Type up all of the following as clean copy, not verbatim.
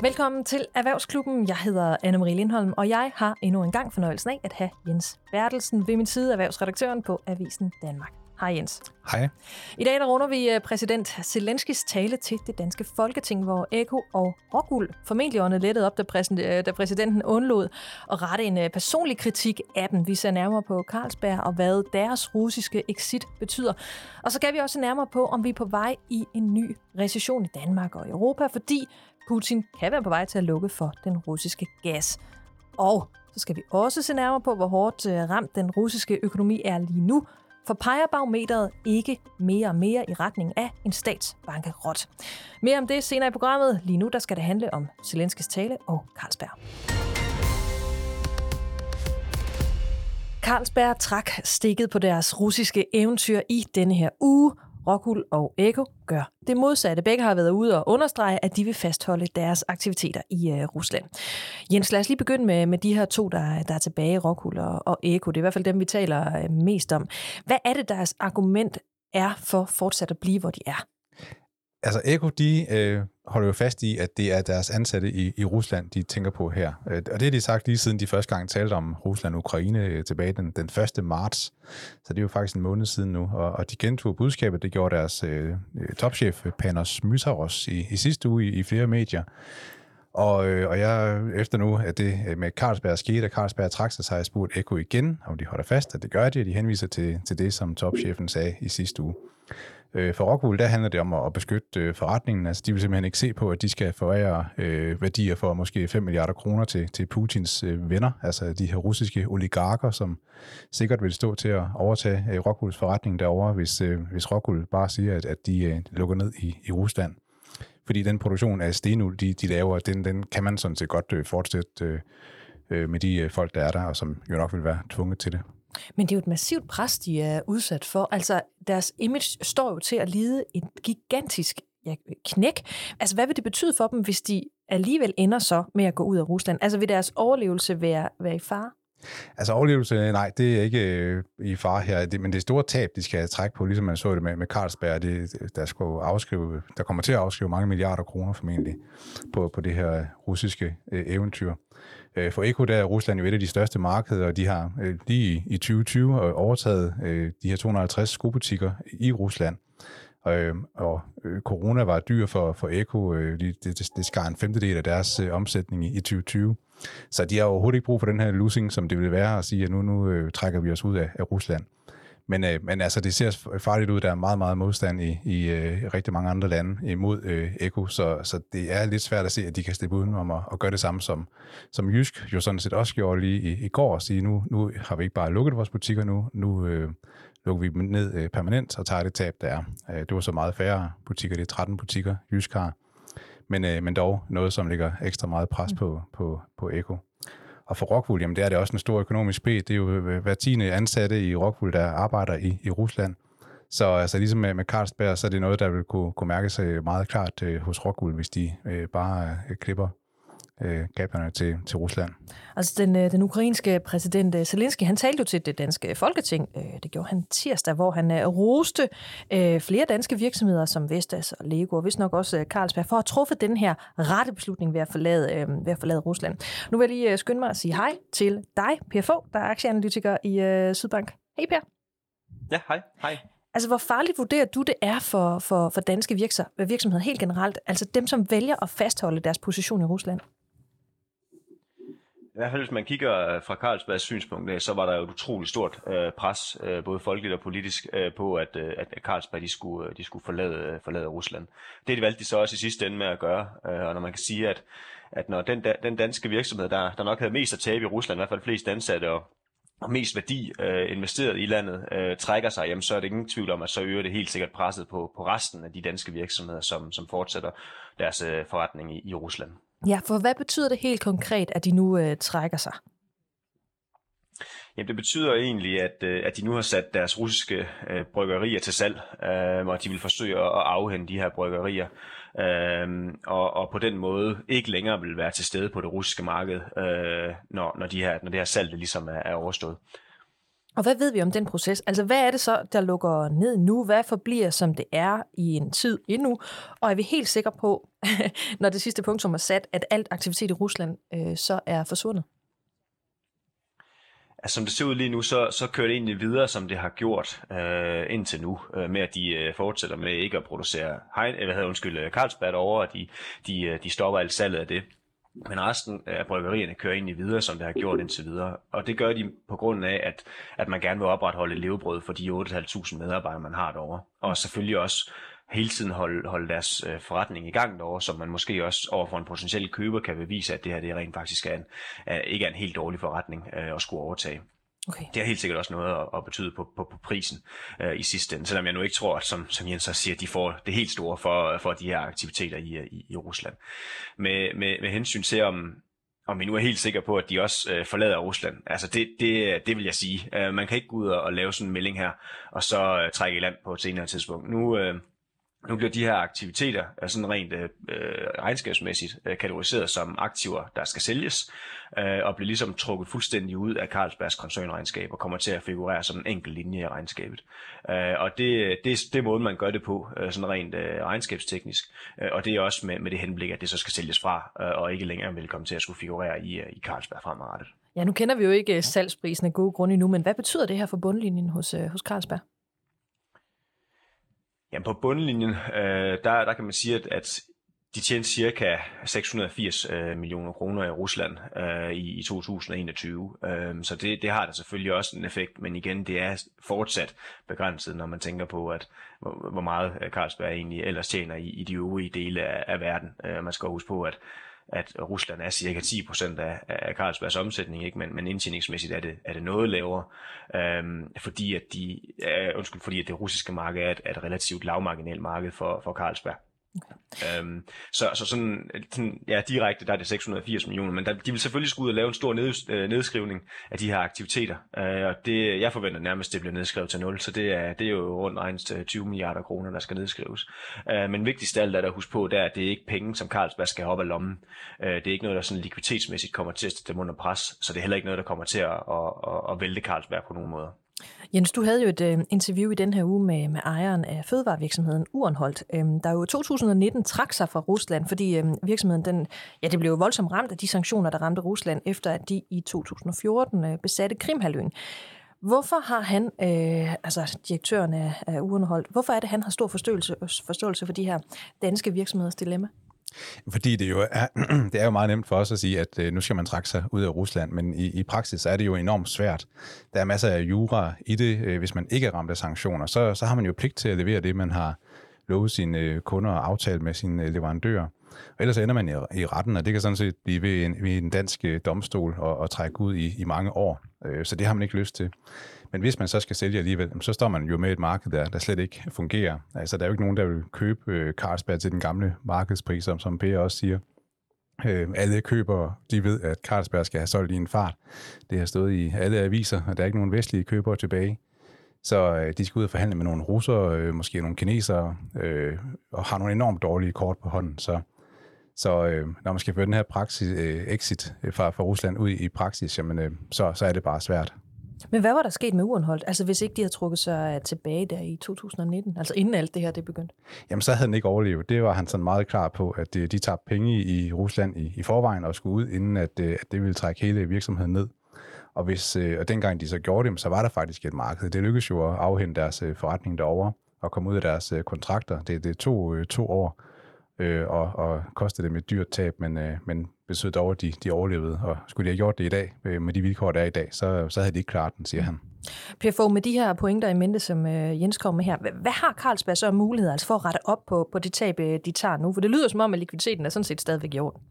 Velkommen til Erhvervsklubben. Jeg hedder Anne-Marie Lindholm, og jeg har endnu en gang fornøjelsen af at have Jens Bertelsen ved min side, erhvervsredaktøren på Avisen Danmark. Hej Jens. Hej. I dag der runder vi præsident Zelenskis tale til det danske Folketing, hvor Eko og Rockwool formentlig åndede lettet op, da præsidenten undlod at rette en personlig kritik af dem. Vi ser nærmere på Carlsberg og hvad deres russiske exit betyder. Og så kan vi også nærmere på, om vi er på vej i en ny recession i Danmark og Europa, fordi Putin kan være på vej til at lukke for den russiske gas. Og så skal vi også se nærmere på, hvor hårdt ramt den russiske økonomi er lige nu, for peger barometeret ikke mere og mere i retning af en statsbankerot. Mere om det senere i programmet. Lige nu der skal det handle om Zelenskis tale og Carlsberg. Carlsberg trak stikket på deres russiske eventyr i denne her uge. Rockwool og Eko gør det modsatte. Begge har været ude og understrege, at de vil fastholde deres aktiviteter i Rusland. Jens, lad os lige begynde med de her to, der er tilbage, Rockwool og Eko. Det er i hvert fald dem, vi taler mest om. Hvad er det, deres argument er for fortsat at blive, hvor de er? Altså Eko, de holder jo fast i, at det er deres ansatte i Rusland, de tænker på her. Og det har de sagt lige siden de første gang talte om Rusland og Ukraine tilbage den 1. marts. Så det er jo faktisk en måned siden nu. Og de gentog budskabet, det gjorde deres topchef Panos Mysaros i sidste uge i flere medier. Og jeg, efter nu, at det med Carlsberg skete, at Carlsberg trak sig, så har jeg spurgt Eko igen, om de holder fast, at det gør de, og de henviser til det, som topchefen sagde i sidste uge. For Rockwool, der handler det om at beskytte forretningen. Altså, de vil simpelthen ikke se på, at de skal forværre værdier for måske 5 milliarder kroner til Putins venner, altså de her russiske oligarker, som sikkert vil stå til at overtage Rockwools forretning derovre, hvis Rockwool bare siger, at de lukker ned i Rusland. Fordi den produktion af stenuld, de laver, den kan man sådan set godt fortsætte med de folk, der er der, og som jo nok vil være tvunget til det. Men det er jo et massivt pres, de er udsat for. Altså, deres image står jo til at lide et gigantisk knæk. Altså, hvad vil det betyde for dem, hvis de alligevel ender så med at gå ud af Rusland? Altså, vil deres overlevelse være i fare? Altså overlevelse, nej, det er ikke i fare her, men det store tab, de skal trække på, ligesom man så det med Carlsberg, der kommer til at afskrive mange milliarder kroner formentlig på det her russiske eventyr. For Eko, der er Rusland jo et af de største markeder, og de har lige i 2020 overtaget de her 250 skobutikker i Rusland. Og corona var dyr for Eko. Det skar en femtedel af deres omsætning i 2020. Så de har overhovedet ikke brug for den her losing, som det vil være at sige, at nu trækker vi os ud af Rusland. Men altså, det ser farligt ud. Der er meget, meget modstand i rigtig mange andre lande imod Eko, så det er lidt svært at se, at de kan slippe udenom og gøre det samme, som Jysk jo sådan set også gjorde lige i går, og sige, nu har vi ikke bare lukket vores butikker nu lukker vi dem ned permanent og tager det tab, der er. Det var så meget færre butikker, det er 13 butikker, Jysk har, men dog noget, som ligger ekstra meget pres på Eko. Og for Rockwool, jamen det er det også en stor økonomisk bed. Det er jo hver 10. ansatte i Rockwool, der arbejder i Rusland. Så altså, ligesom med Carlsberg, så er det noget, der vil kunne mærke sig meget klart hos Rockwool, hvis de bare klipper kablerne til Rusland. Altså den ukrainske præsident Zelensky, han talte jo til det danske Folketing. Det gjorde han tirsdag, hvor han roste flere danske virksomheder som Vestas og Lego, og vist nok også Carlsberg, for at have truffet den her rette beslutning ved at forlade Rusland. Nu vil jeg lige skynde mig at sige hej til dig, Per Fogh, der er aktieanalytiker i Sydbank. Hej Per. Ja, hej. Altså, hvor farligt vurderer du, det er for danske virksomheder helt generelt? Altså dem, som vælger at fastholde deres position i Rusland? I hvert fald, hvis man kigger fra Carlsbergs synspunkt, så var der jo et utroligt stort pres, både folkeligt og politisk, på at Carlsberg de skulle forlade Rusland. Det valgte de så også i sidste ende med at gøre, og når man kan sige, at når den danske virksomhed, der nok havde mest at tabe i Rusland, i hvert fald flest ansatte og mest værdi investeret i landet, trækker sig, jamen, så er det ingen tvivl om, at så øger det helt sikkert presset på resten af de danske virksomheder, som fortsætter deres forretning i Rusland. Ja, for hvad betyder det helt konkret, at de nu trækker sig? Jamen, det betyder egentlig, at de nu har sat deres russiske bryggerier til salg, og de vil forsøge at afhænde de her bryggerier, og på den måde ikke længere vil være til stede på det russiske marked, når det her salg ligesom er overstået. Og hvad ved vi om den proces? Altså, hvad er det så, der lukker ned nu? Hvad forbliver, som det er i en tid endnu? Og er vi helt sikre på, når det sidste punktum er sat, at alt aktivitet i Rusland så er forsvundet? Altså, som det ser ud lige nu, så kører det egentlig videre, som det har gjort indtil nu, med at de fortsætter med ikke at producere Carlsberg over, og de stopper alt salget af det. Men resten af bryggerierne kører egentlig videre, som det har gjort indtil videre. Og det gør de på grund af, at man gerne vil opretholde et levebrød for de 8.500 medarbejdere, man har derovre. Og selvfølgelig også hele tiden holde deres forretning i gang derovre, så man måske også overfor en potentiel køber kan bevise, at det her det rent faktisk ikke er en helt dårlig forretning at skulle overtage. Okay. Det har helt sikkert også noget at betyde på prisen i sidste ende, selvom jeg nu ikke tror, at som Jens også siger, at de får det helt store for de her aktiviteter i Rusland. Med hensyn til, om vi nu er helt sikre på, at de også forlader Rusland. Altså det vil jeg sige. Man kan ikke gå ud og lave sådan en melding her, og så trække i land på et senere tidspunkt. Nu bliver de her aktiviteter sådan rent regnskabsmæssigt kategoriseret som aktiver, der skal sælges, og bliver ligesom trukket fuldstændig ud af Carlsbergs koncernregnskab og kommer til at figurere som en enkelt linje i regnskabet. Og det er måden, man gør det på, sådan rent regnskabsteknisk, og det er også med det henblik, at det så skal sælges fra, og ikke længere vil komme til at skulle figurere i Carlsberg fremadrettet. Ja, nu kender vi jo ikke salgsprisen af gode grunde endnu, men hvad betyder det her for bundlinjen hos Carlsberg? Jamen på bundlinjen, der kan man sige, at de tjente cirka 680 millioner kroner i Rusland i 2021. Så det har der selvfølgelig også en effekt, men igen, det er fortsat begrænset, når man tænker på, at hvor meget Carlsberg egentlig ellers tjener i de øvrige dele af verden. Man skal huske på, at Rusland er cirka 10% af Carlsbergs omsætning, ikke? Men indtjeningsmæssigt er det noget lavere, fordi at det russiske marked er et relativt lavmarginalt marked for Carlsberg. Okay. Så sådan, ja, direkte der er det 680 millioner, men de vil selvfølgelig skulle ud og lave en stor nedskrivning af de her aktiviteter, og jeg forventer nærmest, det bliver nedskrevet til 0, så det er jo rundt regnet 20 milliarder kroner, der skal nedskrives. Men vigtigst af alt er der at huske på, at det er ikke penge, som Carlsberg skal have op af lommen. Det er ikke noget, der sådan likviditetsmæssigt kommer til at stå dem under pres, så det er heller ikke noget, der kommer til at vælte Carlsberg på nogen måder. Jens, du havde jo et interview i den her uge med ejeren af fødevarevirksomheden Uhrenholt, der jo i 2019 trak sig fra Rusland, fordi virksomheden det blev jo voldsomt ramt af de sanktioner, der ramte Rusland, efter at de i 2014 besatte Krimhalvøen. Hvorfor har han, direktøren af Uhrenholt, hvorfor er det, han har stor forståelse for de her danske virksomheders dilemma? Fordi det er jo meget nemt for os at sige, at nu skal man trække sig ud af Rusland, men i praksis er det jo enormt svært. Der er masser af jura i det. Hvis man ikke er ramt af sanktioner, så har man jo pligt til at levere det, man har lovet sine kunder og aftalt med sine leverandører. Og ellers ender man i retten, og det kan sådan set blive ved en dansk domstol og trække ud i mange år. Så det har man ikke lyst til. Men hvis man så skal sælge alligevel, så står man jo med et marked, der slet ikke fungerer. Altså, der er jo ikke nogen, der vil købe Carlsberg til den gamle markedspris, som Per også siger. Alle købere, de ved, at Carlsberg skal have solgt i en fart. Det har stået i alle aviser, og der er ikke nogen vestlige købere tilbage. Så de skal ud og forhandle med nogle russere, måske nogle kinesere, og har nogle enormt dårlige kort på hånden. Så når man skal føre den her exit fra Rusland ud i praksis, jamen, så er det bare svært. Men hvad var der sket med Uhrenholt, altså hvis ikke de havde trukket sig tilbage der i 2019, altså inden alt det her det begyndte? Jamen så havde han ikke overlevet. Det var han sådan meget klar på, at de tabte penge i Rusland i forvejen og skulle ud, inden at det ville trække hele virksomheden ned. Og dengang de så gjorde det, så var der faktisk et marked. Det lykkedes jo at afhente deres forretning derovre og komme ud af deres kontrakter. Det tog 2 år og kostede dem et dyrt tab, men betød dog, at de overlevede. Og skulle de have gjort det i dag, med de vilkår, der er i dag, så havde de ikke klaret den, siger han. Per Fogh, med de her pointer i mente, som Jens kom med her, hvad har Carlsberg så muligheder altså for at rette op på det tab, de tager nu? For det lyder som om, at likviditeten er sådan set stadigvæk i orden.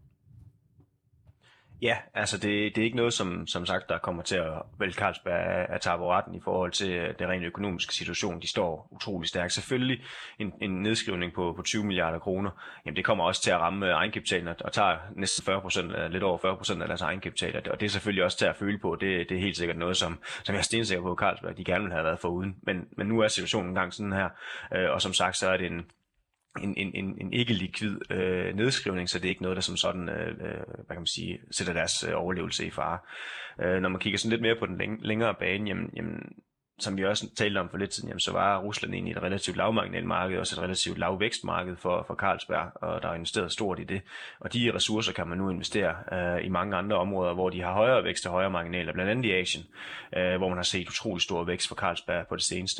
Ja, altså det er ikke noget, som sagt, der kommer til at vælge Carlsberg af taburetten i forhold til den rent økonomiske situation. De står utrolig stærkt. Selvfølgelig en nedskrivning på 20 milliarder kroner, jamen det kommer også til at ramme egenkapitalen og tager næsten 40%, lidt over 40% af deres egenkapital. Og det er selvfølgelig også til at føle på. Det er helt sikkert noget, som jeg er stensikker på, at Carlsberg de gerne vil have været foruden. Men nu er situationen engang sådan her, og som sagt, så er det en ikke-likvid nedskrivning, så det er ikke noget, der som sådan, hvad kan man sige, sætter deres overlevelse i fare. Når man kigger sådan lidt mere på den længere bane, jamen, som vi også talte om for lidt siden, jamen, så var Rusland egentlig et relativt lavmarginalmarked, også et relativt lavvækstmarked for Carlsberg, og der er investeret stort i det. Og de ressourcer kan man nu investere i mange andre områder, hvor de har højere vækst og højere marginaler, blandt andet i Asien, hvor man har set utrolig stor vækst for Carlsberg på det seneste.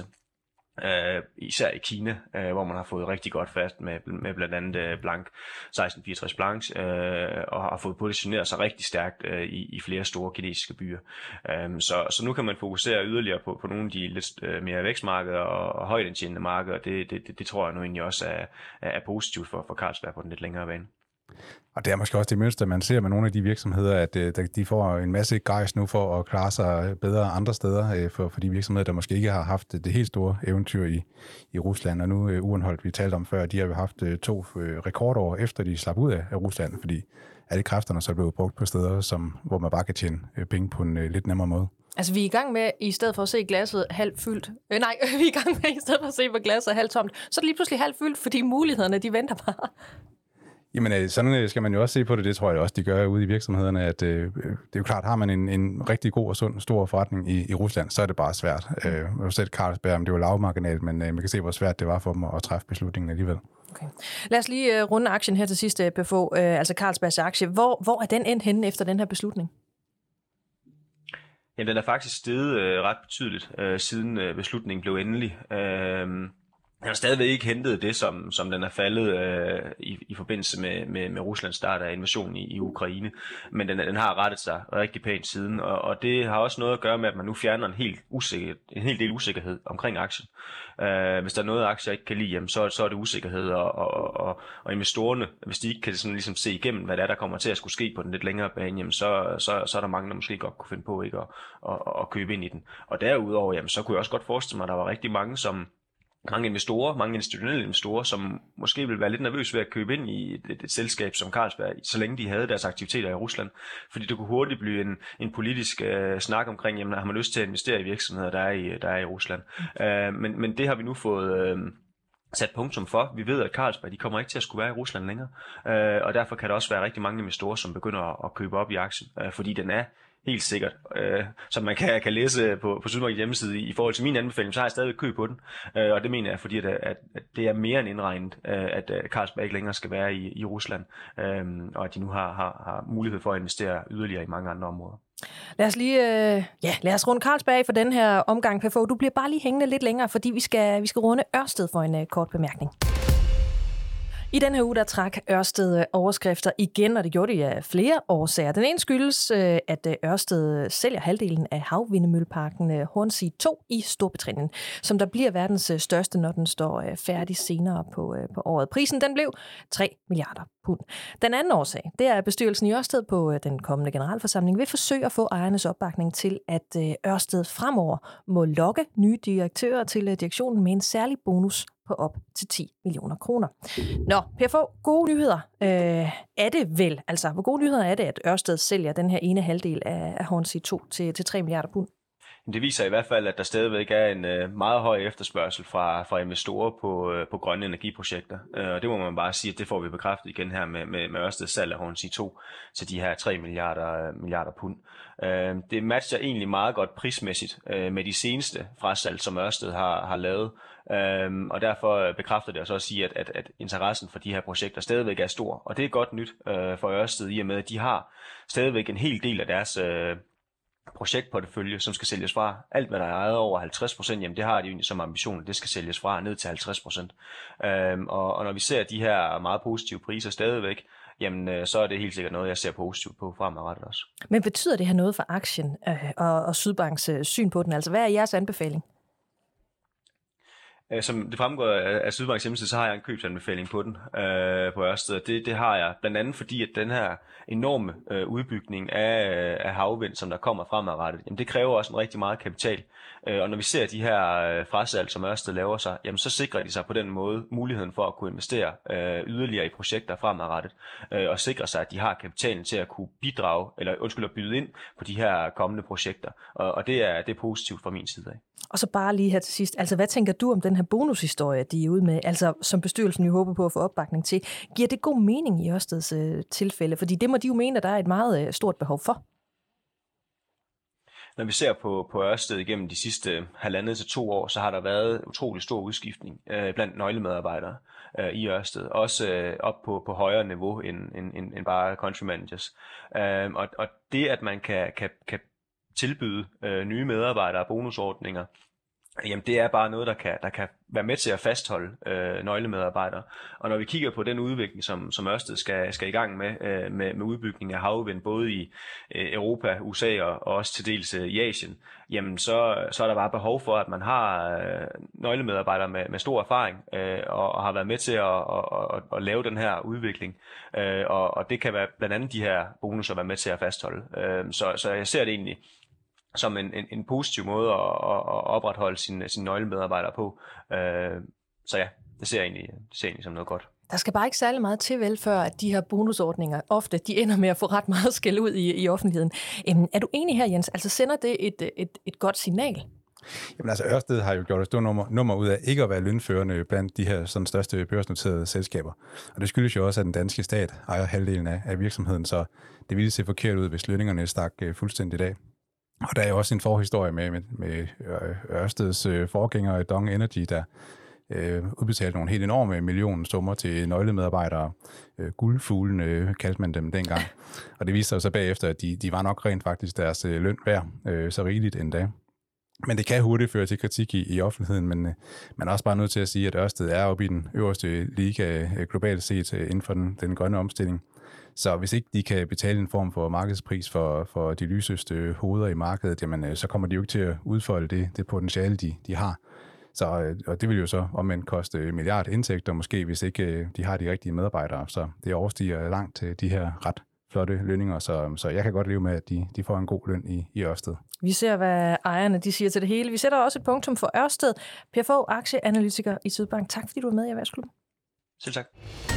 Især i Kina, hvor man har fået rigtig godt fast med blandt andet Blanc, 1664 Blanc, og har fået positioneret sig rigtig stærkt i flere store kinesiske byer. Så nu kan man fokusere yderligere på nogle af de lidt mere vækstmarkeder og højtindtjenende markeder, det tror jeg nu egentlig også er positivt for Carlsberg på den lidt længere bane. Og det er måske også det mønster, man ser med nogle af de virksomheder, at de får en masse gejst nu for at klare sig bedre andre steder for de virksomheder, der måske ikke har haft det helt store eventyr i Rusland. Og nu Uhrenholt, vi talte om før, de har jo haft 2 rekordår efter de slap ud af Rusland, fordi alle kræfterne så blev brugt på steder, hvor man bare kan tjene penge på en lidt nemmere måde. Altså, vi er i gang med, i stedet for at se glasset halvt fyldt, vi er i gang med, i stedet for at se på glasset halvt tomt, så er det lige pludselig halvt fyldt, fordi mulighederne, de venter bare. Jamen, sådan skal man jo også se på det. Det tror jeg også, de gør ude i virksomhederne, at det er jo klart, har man en rigtig god og sund, stor forretning i Rusland, så er det bare svært. Jeg har set Carlsberg, det var lavmarginalt, men man kan se, hvor svært det var for dem at træffe beslutningen alligevel. Okay. Lad os lige runde aktien her til sidst, PFO, altså Carlsbergs aktie. Hvor er den endt henne efter den her beslutning? Jamen, den er faktisk steget ret betydeligt, siden beslutningen blev endelig. Den har stadigvæk ikke hentet det, som den er faldet i forbindelse med Ruslands start af invasionen i Ukraine. Men den har rettet sig rigtig pænt siden, og det har også noget at gøre med, at man nu fjerner en hel del usikkerhed omkring aktien. Hvis der er noget, aktier ikke kan lide, jamen, så er det usikkerhed, og investorerne, hvis de ikke kan sådan ligesom se igennem, hvad der kommer til at skulle ske på den lidt længere bane, jamen, så er der mange, der måske godt kunne finde på ikke at købe ind i den. Og derudover, jamen, så kunne jeg også godt forestille mig, at der var rigtig mange mange institutionelle investorer, som måske ville være lidt nervøse ved at købe ind i et selskab som Carlsberg, så længe de havde deres aktiviteter i Rusland. Fordi det kunne hurtigt blive en politisk snak omkring, jamen har man lyst til at investere i virksomheder, der er i Rusland. Men det har vi nu fået sat punktum for. Vi ved, at Carlsberg, de kommer ikke til at skulle være i Rusland længere. Og derfor kan der også være rigtig mange investorer, som begynder at købe op i aktien, fordi den er helt sikkert, som man kan læse på Sydmarkeds hjemmeside i forhold til min anbefaling, så har jeg stadigvæk køb på den, og det mener jeg, fordi at det er mere end indregnet, at Carlsberg ikke længere skal være i Rusland, og at de nu har mulighed for at investere yderligere i mange andre områder. Lad os runde Carlsberg for den her omgang, PFO. Du bliver bare lige hængende lidt længere, fordi vi skal runde Ørsted for en kort bemærkning. I den her uge, der trak Ørsted overskrifter igen, og det gjorde de af flere årsager. Den ene skyldes, at Ørsted sælger halvdelen af havvindmølleparken Hornsea 2 i Storbritannien, som der bliver verdens største, når den står færdig senere på året. Prisen den blev 3 milliarder pund. Den anden årsag, det er, at bestyrelsen i Ørsted på den kommende generalforsamling vil forsøge at få ejernes opbakning til, at Ørsted fremover må lokke nye direktører til direktionen med en særlig bonus på op til 10 millioner kroner. Nå, PFO, gode nyheder er det vel? Altså, hvor gode nyheder er det, at Ørsted sælger den her ene halvdel af Hornsea 2 til 3 milliarder pund? Det viser i hvert fald, at der stadigvæk er en meget høj efterspørgsel fra investorer på grønne energiprojekter. Og det må man bare sige, at det får vi bekræftet igen her med Ørsteds salg af Hornsea 2 til de her 3 milliarder pund. Det matcher egentlig meget godt prismæssigt med de seneste frasalg, som Ørsted har lavet. Og derfor bekræfter det også at sige, at interessen for de her projekter stadigvæk er stor. Og det er godt nyt for Ørsted i og med, at de har stadigvæk en hel del af deres projektportefølje, som skal sælges fra. Alt, hvad der er ejet over 50%, jamen det har de jo som ambition, det skal sælges fra ned til 50%. Og når vi ser de her meget positive priser stadigvæk, jamen så er det helt sikkert noget, jeg ser positivt på fremadrettet også. Men betyder det her noget for aktien og Sydbanks syn på den? Altså, hvad er jeres anbefaling? Som det fremgår af Sydbanks hjemmeside, så har jeg en købsanbefaling på den på Ørsted. Det har jeg blandt andet fordi, at den her enorme udbygning af havvind, som der kommer fremadrettet, jamen det kræver også en rigtig meget kapital. Og når vi ser de her frasalg, som Ørsted laver sig, jamen så sikrer de sig på den måde muligheden for at kunne investere yderligere i projekter fremadrettet, og sikre sig, at de har kapitalen til at kunne byde ind på de her kommende projekter. Og det er positivt fra min side af. Og så bare lige her til sidst, altså hvad tænker du om den her bonushistorie, de er ude med, altså som bestyrelsen jo håber på at få opbakning til? Giver det god mening i Ørsteds tilfælde? Fordi det må de jo mene, at der er et meget stort behov for. Når vi ser på Ørsted igennem de sidste 1,5 til 2 år, så har der været utrolig stor udskiftning blandt nøglemedarbejdere i Ørsted. Også op på højere niveau end bare country managers. Og det, at man kan tilbyde nye medarbejdere bonusordninger, jamen det er bare noget, der kan være med til at fastholde nøglemedarbejdere. Og når vi kigger på den udvikling, som Ørsted skal i gang med udbygning af havvind, både i Europa, USA og også til dels i Asien, jamen så er der bare behov for, at man har nøglemedarbejdere med stor erfaring og har været med til at lave den her udvikling. Og det kan være blandt andet de her bonusser være med til at fastholde. Så jeg ser det egentlig som en positiv måde at opretholde sine nøglemedarbejdere på. Så ja, det ser jeg egentlig som noget godt. Der skal bare ikke særlig meget til vel, før at de her bonusordninger ofte de ender med at få ret meget skæld ud i offentligheden. Er du enig her, Jens? Altså sender det et godt signal? Jamen altså Ørsted har jo gjort et stort nummer ud af ikke at være lønførende blandt de her sådan største børsnoterede selskaber. Og det skyldes jo også, at den danske stat ejer halvdelen af virksomheden, så det ville se forkert ud, hvis lønningerne stak fuldstændigt af. Og der er jo også en forhistorie med Ørsteds forgænger Dong Energy, der udbetalte nogle helt enorme millionsummer til nøglemedarbejdere. Guldfuglene kaldte man dem dengang. Og det viste sig så bagefter, at de var nok rent faktisk deres løn værd, så rigeligt endda. Men det kan hurtigt føre til kritik i offentligheden, men man er også bare nødt til at sige, at Ørsted er oppe i den øverste liga globalt set inden for den grønne omstilling. Så hvis ikke de kan betale en form for markedspris for de lyseste hoveder i markedet, jamen, så kommer de jo ikke til at udfolde det potentiale, de har. Og det vil jo så omvendt koste milliardindtægter måske, hvis ikke de har de rigtige medarbejdere. Så det overstiger langt til de her ret flotte lønninger, så jeg kan godt leve med, at de får en god løn i Ørsted. Vi ser, hvad ejerne de siger til det hele. Vi sætter også et punktum for Ørsted. Per Fogh, aktieanalytiker i Sydbank. Tak fordi du var med i Erhvervsklubben. Selv tak.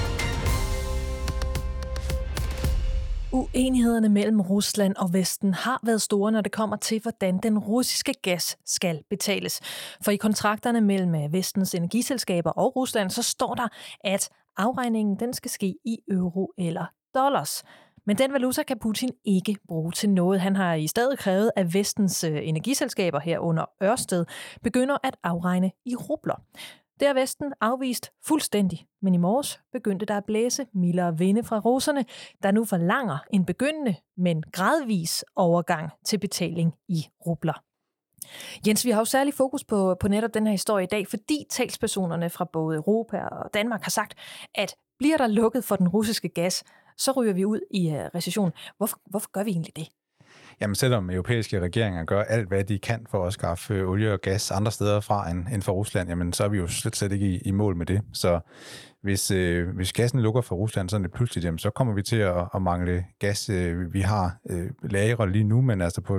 Uenighederne mellem Rusland og Vesten har været store, når det kommer til, hvordan den russiske gas skal betales. For i kontrakterne mellem Vestens energiselskaber og Rusland, så står der, at afregningen den skal ske i euro eller dollars. Men den valuta kan Putin ikke bruge til noget. Han har i stedet krævet, at Vestens energiselskaber herunder Ørsted begynder at afregne i rubler. Det har Vesten afvist fuldstændig, men i morges begyndte der at blæse mildere vinde fra russerne, der nu forlanger en begyndende, men gradvis overgang til betaling i rubler. Jens, vi har jo særlig fokus på netop den her historie i dag, fordi talspersonerne fra både Europa og Danmark har sagt, at bliver der lukket for den russiske gas, så ryger vi ud i recession. Hvorfor gør vi egentlig det? Jamen selvom europæiske regeringer gør alt, hvad de kan for at skaffe olie og gas andre steder fra end fra Rusland, jamen så er vi jo slet ikke i mål med det. Så hvis gassen lukker for Rusland sådan lidt pludseligt, jamen, så kommer vi til at mangle gas. Vi har lagre lige nu, men altså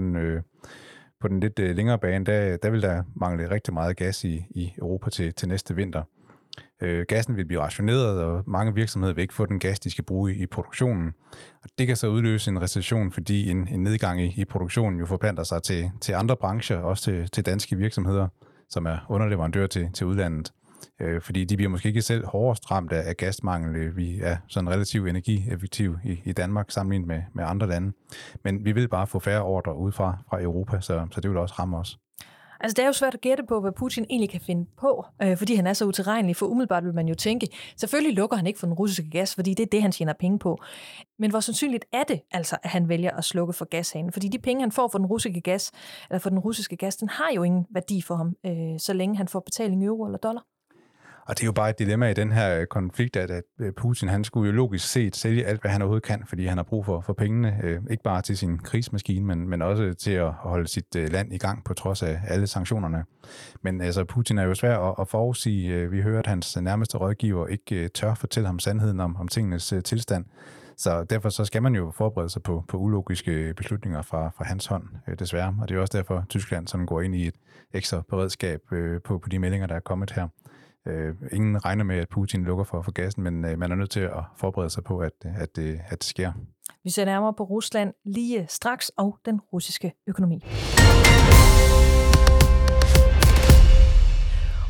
på den lidt længere bane, der vil der mangle rigtig meget gas i Europa til næste vinter. Gassen vil blive rationeret, og mange virksomheder vil ikke få den gas, de skal bruge i produktionen. Og det kan så udløse en recession, fordi en nedgang i produktionen jo forplanter sig til andre brancher, også til danske virksomheder, som er underleverandører til udlandet. Fordi de bliver måske ikke selv hårdest ramt af gasmangel. Vi er sådan relativt energieffektive i Danmark sammenlignet med andre lande. Men vi vil bare få færre ordre ud fra Europa, så det vil også ramme os. Altså, det er jo svært at gætte på, hvad Putin egentlig kan finde på, fordi han er så utilregnelig, for umiddelbart vil man jo tænke, selvfølgelig lukker han ikke for den russiske gas, fordi det er det, han tjener penge på. Men hvor sandsynligt er det altså, at han vælger at slukke for gashanen? Fordi de penge, han får for den russiske gas, den har jo ingen værdi for ham, så længe han får betaling i euro eller dollar. Og det er jo bare et dilemma i den her konflikt, at Putin, han skulle jo logisk set sælge alt, hvad han overhovedet kan, fordi han har brug for pengene, ikke bare til sin krigsmaskine, men også til at holde sit land i gang på trods af alle sanktionerne. Men altså, Putin er jo svær at forudsige. Vi hører, at hans nærmeste rådgiver ikke tør fortælle ham sandheden om tingenes tilstand. Så derfor så skal man jo forberede sig på ulogiske beslutninger fra hans hånd, desværre. Og det er også derfor, Tyskland sådan går ind i et ekstra beredskab på de meldinger, der er kommet her. Ingen regner med, at Putin lukker for gassen, men man er nødt til at forberede sig på, at det sker. Vi ser nærmere på Rusland lige straks og den russiske økonomi.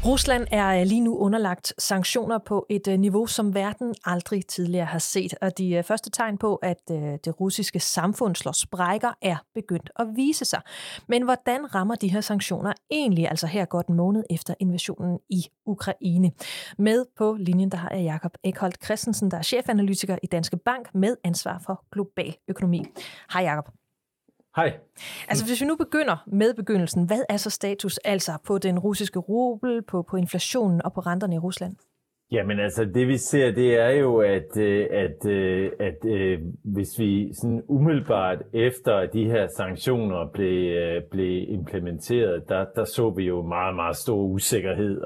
Rusland er lige nu underlagt sanktioner på et niveau, som verden aldrig tidligere har set. Og de første tegn på, at det russiske samfund slår sprækker, er begyndt at vise sig. Men hvordan rammer de her sanktioner egentlig, altså her godt en måned efter invasionen i Ukraine? Med på linjen, der har jeg Jakob Ekholt Christensen, der er chefanalytiker i Danske Bank med ansvar for global økonomi. Hej Jakob. Hej. Altså hvis vi nu begynder med begyndelsen, hvad er så status altså på den russiske rubel, på inflationen og på renterne i Rusland? Jamen altså det vi ser, det er jo, at hvis vi sådan umiddelbart efter de her sanktioner blev implementeret, der så vi jo meget, meget stor usikkerhed,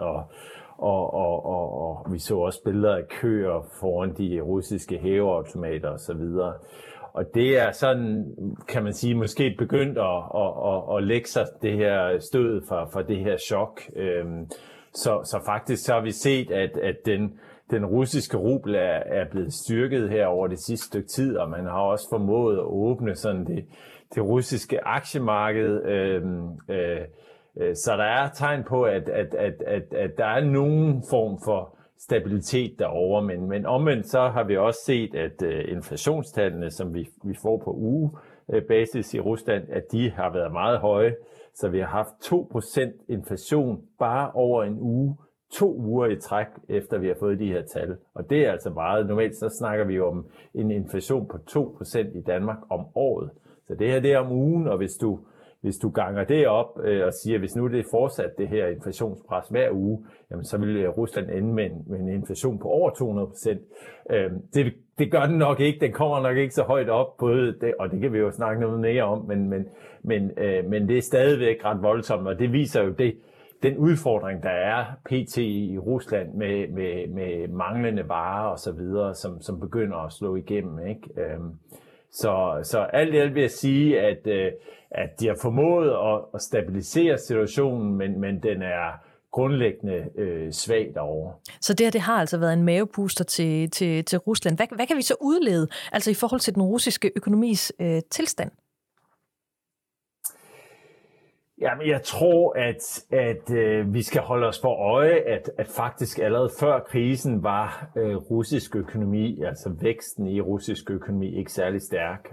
og vi så også billeder af køer foran de russiske hæveautomater osv. Og det er sådan, kan man sige, måske begyndt at lægge sig det her stød for det her chok. Så faktisk så har vi set, at den russiske rubel er blevet styrket her over det sidste stykke tid, og man har også formået at åbne sådan det russiske aktiemarked. Så der er tegn på, at der er nogen form for stabilitet derovre, men omvendt så har vi også set, at inflationstallene, som vi får på ugebasis i Rusland, at de har været meget høje, så vi har haft 2% inflation bare over en uge, 2 uger i træk, efter vi har fået de her tal. Og det er altså meget. Normalt så snakker vi om en inflation på 2% i Danmark om året. Så det her det er om ugen, og hvis du ganger det op og siger, hvis nu det er fortsat det her inflationspres hver uge, jamen så vil Rusland ende med en inflation på over 200%. Det gør den nok ikke. Den kommer nok ikke så højt op, og det kan vi jo snakke noget mere om, men det er stadigvæk ret voldsomt, og det viser jo den udfordring, der er pt. I Rusland med manglende varer og så videre, som begynder at slå igennem, ikke? Så alt i alt vil jeg sige, at de har formået at stabilisere situationen, men den er grundlæggende svag derovre. Så det har altså været en mavepuster til Rusland. Hvad kan vi så udlede, altså i forhold til den russiske økonomis tilstand? Jamen, jeg tror, at vi skal holde os for øje, at faktisk allerede før krisen var russisk økonomi, altså væksten i russisk økonomi, ikke særlig stærk,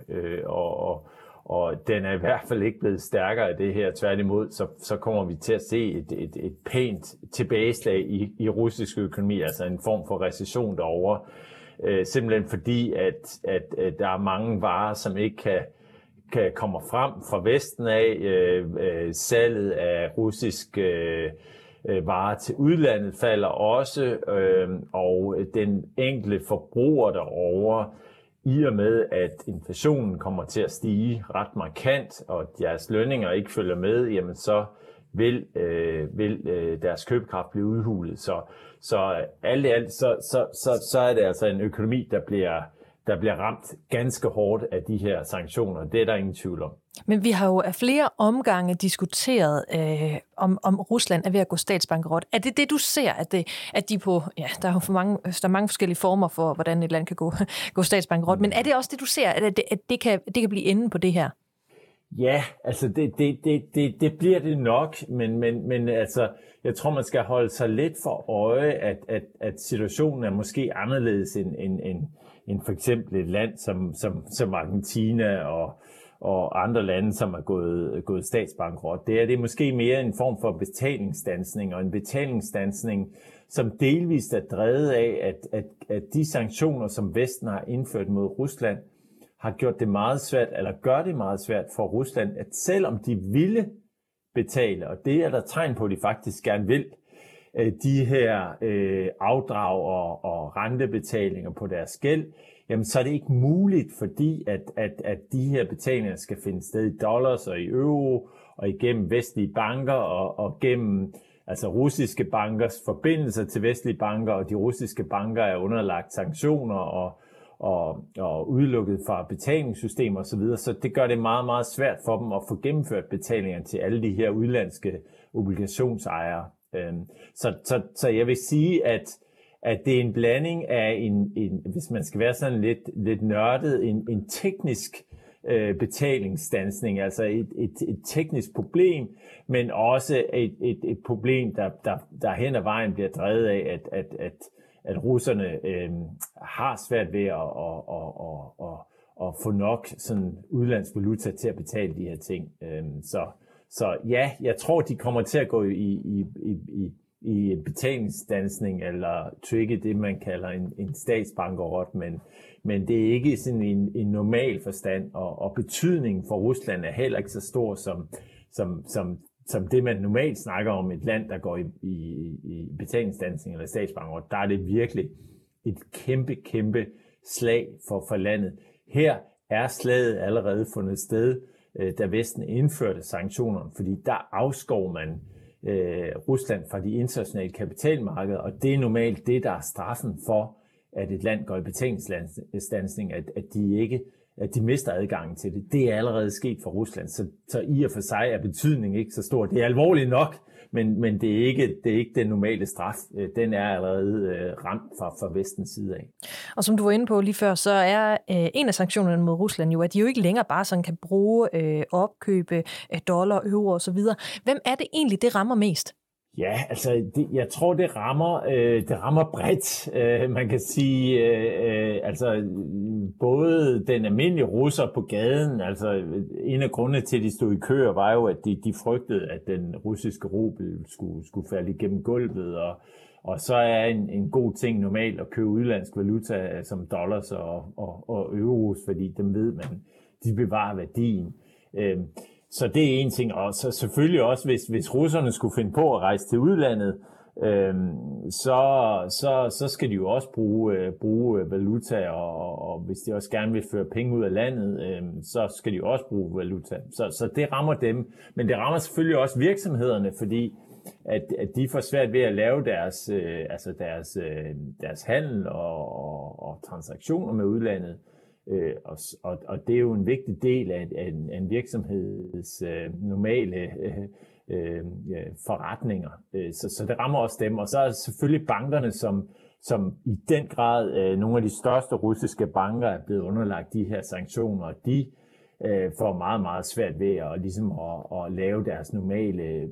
og den er i hvert fald ikke blevet stærkere af det her. Tværtimod, så kommer vi til at se et pænt tilbageslag i russisk økonomi, altså en form for recession derovre, simpelthen fordi, at der er mange varer, som ikke kan komme frem fra Vesten af. Salget af russiske varer til udlandet falder også, og den enkelte forbruger derovre, i og med at inflationen kommer til at stige ret markant, og deres lønninger ikke følger med, jamen så vil deres købekraft blive udhulet. Så alt i alt, så er det altså en økonomi, der bliver ramt ganske hårdt af de her sanktioner. Det er der ingen tvivl om. Men vi har jo af flere omgange diskuteret, om Rusland er ved at gå statsbankerot. Er det du ser, at de på... Ja, der er jo der er mange forskellige former for, hvordan et land kan gå statsbankerot. Men er det også det, du ser, at det kan blive enden på det her? Ja, altså det bliver det nok, men altså, jeg tror, man skal holde sig lidt for øje, at situationen er måske anderledes end for eksempel et land som Argentina og andre lande, som er gået statsbankrot. Det er måske mere en form for betalingsstandsning, og en betalingsstandsning, som delvist er drevet af, at de sanktioner, som Vesten har indført mod Rusland, har gjort det meget svært, eller gør det meget svært for Rusland, at selvom de ville betale, og det er der tegn på, at de faktisk gerne vil, de her afdrag og rentebetalinger på deres gæld, jamen så er det ikke muligt, fordi at de her betalinger skal finde sted i dollars og i euro, og igennem vestlige banker, og gennem altså russiske bankers forbindelser til vestlige banker, og de russiske banker er underlagt sanktioner og udelukket fra betalingssystemer osv., så det gør det meget, meget svært for dem at få gennemført betalinger til alle de her udlandske obligationsejere. Så jeg vil sige, at det er en blanding af hvis man skal være sådan lidt nørdet, en teknisk betalingsstandsning, altså et teknisk problem, men også et problem, der hen ad vejen bliver drevet af, at russerne har svært ved at få nok sådan udlandsk valuta til at betale de her ting. Så ja, jeg tror, de kommer til at gå i betalingsstandsning eller trigge det, man kalder en statsbankerot, men det er ikke sådan en normal forstand, og betydningen for Rusland er heller ikke så stor som det, man normalt snakker om et land, der går i betalingsstandsning eller statsbankerot. Der er det virkelig et kæmpe slag for landet. Her er slaget allerede fundet sted, da Vesten indførte sanktionerne, fordi der afskov man Rusland fra de internationale kapitalmarkeder, og det er normalt det, der er straffen for, at et land går i betalingsstandsning, at de mister adgangen til det. Det er allerede sket for Rusland, så i og for sig er betydningen ikke så stor. Det er alvorligt nok, men det er ikke den normale straf. Den er allerede ramt fra Vestens side af. Og som du var inde på lige før, så er en af sanktionerne mod Rusland jo, at de jo ikke længere bare sådan kan bruge opkøbe dollar, euro og så videre. Hvem er det egentlig, det rammer mest? Ja, altså jeg tror, det rammer bredt. Man kan sige, altså både den almindelige russer på gaden, altså en af grundene til, at de stod i køer, var jo, at de frygtede, at den russiske rubel skulle falde igennem gulvet, og så er en god ting normalt at købe udlandsk valuta som dollars og euros, fordi dem ved man, de bevarer værdien. Så det er en ting, og så selvfølgelig også, hvis russerne skulle finde på at rejse til udlandet, så skal de jo også bruge valuta, og hvis de også gerne vil føre penge ud af landet, så skal de jo også bruge valuta. Så det rammer dem, men det rammer selvfølgelig også virksomhederne, fordi at de får svært ved at lave deres handel og transaktioner med udlandet. Og det er jo en vigtig del af en virksomheds normale forretninger. Så det rammer også dem. Og så er selvfølgelig bankerne, som i den grad nogle af de største russiske banker er blevet underlagt de her sanktioner. De får meget, meget svært ved at lave deres normale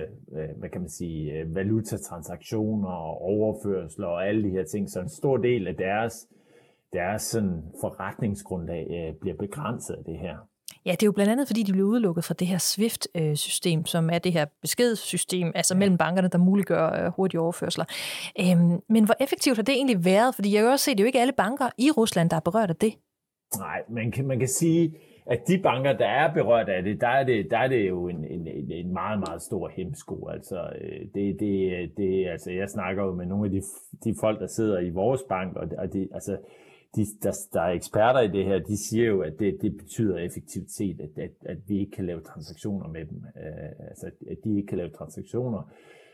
valutatransaktioner og overførsler og alle de her ting. Så en stor del af deres sådan forretningsgrundlag bliver begrænset af det her. Ja, det er jo blandt andet, fordi de blev udelukket fra det her SWIFT-system, som er det her beskedssystem, altså mellem bankerne, der muliggør hurtige overførsler. Men hvor effektivt har det egentlig været? Fordi jeg har jo også set, at det er jo ikke alle banker i Rusland, der er berørt af det. Nej, man kan sige, at de banker, der er berørt af det, der er det jo en meget, meget stor hemsko. Altså, altså jeg snakker jo med nogle af de folk, der sidder i vores bank, og det, altså, der er eksperter i det her, de siger jo, at det betyder effektivt set, at vi ikke kan lave transaktioner med dem. Altså, at de ikke kan lave transaktioner.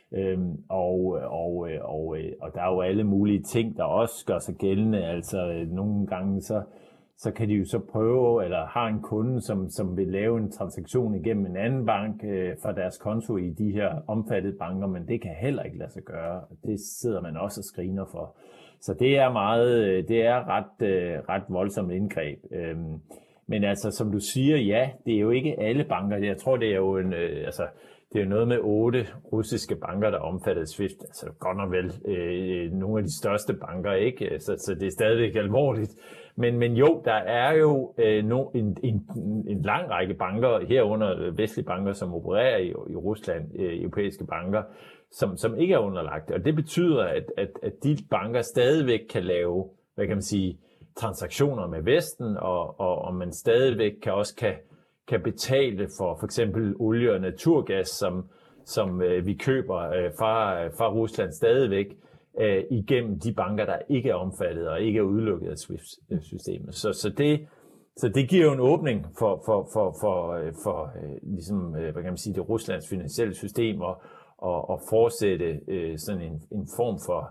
Og der er jo alle mulige ting, der også gør sig gældende. Altså, nogle gange så kan de jo så prøve, eller har en kunde, som vil lave en transaktion igennem en anden bank fra deres konto i de her omfattede banker, men det kan heller ikke lade sig gøre. Det sidder man også og screener for. Så det er ret voldsomt indgreb. Men altså, som du siger, ja, det er jo ikke alle banker. Jeg tror, det er jo det er jo noget med 8 russiske banker, der omfattede SWIFT. Altså godt nok vel nogle af de største banker, ikke? Så det er stadigvæk alvorligt. Men jo, der er jo en lang række banker, herunder vestlige banker, som opererer i Rusland, europæiske banker, som ikke er underlagt. Og det betyder, at de banker stadigvæk kan lave, transaktioner med Vesten, og man stadigvæk kan betale for eksempel olie og naturgas, som vi køber fra Rusland stadigvæk, igennem de banker, der ikke er omfattet og ikke er udelukket af SWIFT-systemet. Så det giver jo en åbning for ligesom, det Ruslands finansielle system og fortsætte sådan en form for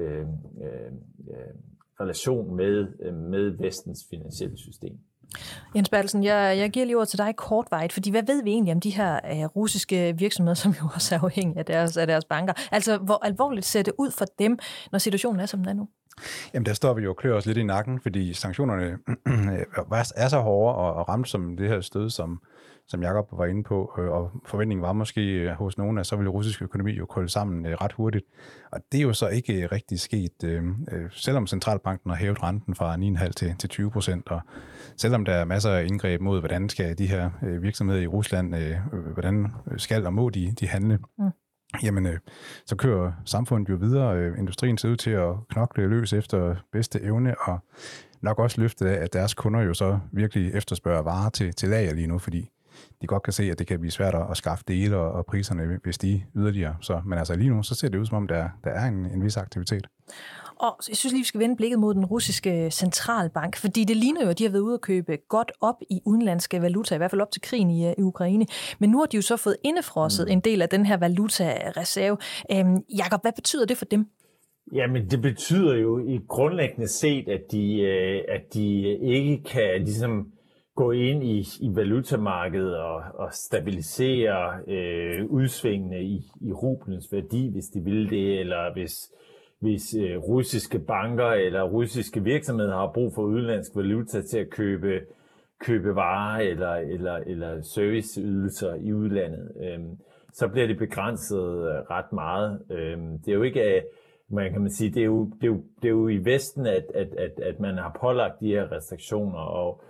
relation med Vestens finansielle system. Jens Bertelsen, jeg giver lige ord til dig kortvarigt, fordi hvad ved vi egentlig om de her russiske virksomheder, som jo også er afhængige af deres banker? Altså, hvor alvorligt ser det ud for dem, når situationen er, som den er nu? Jamen, der står vi jo og klør os lidt i nakken, fordi sanktionerne er så hårde og ramt som det her stød, som Jakob var inde på, og forventningen var måske hos nogen, at så ville russisk økonomi jo krølle sammen ret hurtigt. Og det er jo så ikke rigtig sket, selvom centralbanken har hævet renten fra 9,5 til 20%, og selvom der er masser af indgreb mod, hvordan skal de her virksomheder i Rusland, hvordan skal og må de handle. Jamen, så kører samfundet jo videre. Industrien ser ud til at knokle løs efter bedste evne, og nok også løftet af, at deres kunder jo så virkelig efterspørger varer til lager lige nu, fordi de godt kan se, at det kan blive svært at skaffe dele, og priserne vil stige yderligere. Men altså lige nu, så ser det ud, som om der er en vis aktivitet. Og jeg synes lige, vi skal vende blikket mod den russiske centralbank, fordi det ligner jo, at de har været ude at købe godt op i udenlandske valuta, i hvert fald op til krigen i Ukraine. Men nu har de jo så fået indefrosset en del af den her valutareserve. Jakob, hvad betyder det for dem? Jamen, det betyder jo i grundlæggende set, at de ikke kan ligesom gå ind i valutamarkedet og stabilisere udsvingene i rublens værdi, hvis de vil det, eller hvis russiske banker eller russiske virksomheder har brug for udenlandsk valuta til at købe varer eller serviceydelser i udlandet, så bliver det begrænset ret meget. Det er jo ikke, kan man sige, det er jo i Vesten, at man har pålagt de her restriktioner,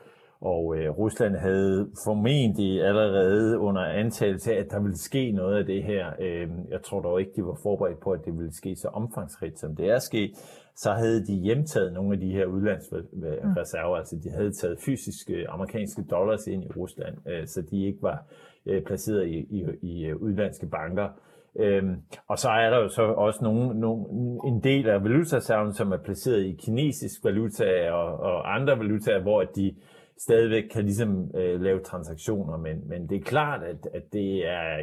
og Rusland havde formentlig allerede under antagelse af, at der ville ske noget af det her. Jeg tror dog ikke, de var forberedt på, at det ville ske så omfangsrigt, som det er sket. Så havde de hjemtaget nogle af de her udlandsreserver, altså de havde taget fysiske amerikanske dollars ind i Rusland, så de ikke var placeret i udlandske banker. Og så er der jo så også en del af valutareserven, som er placeret i kinesisk valuta og andre valutaer, hvor de stadigvæk kan ligesom lave transaktioner, men det er klart, at det er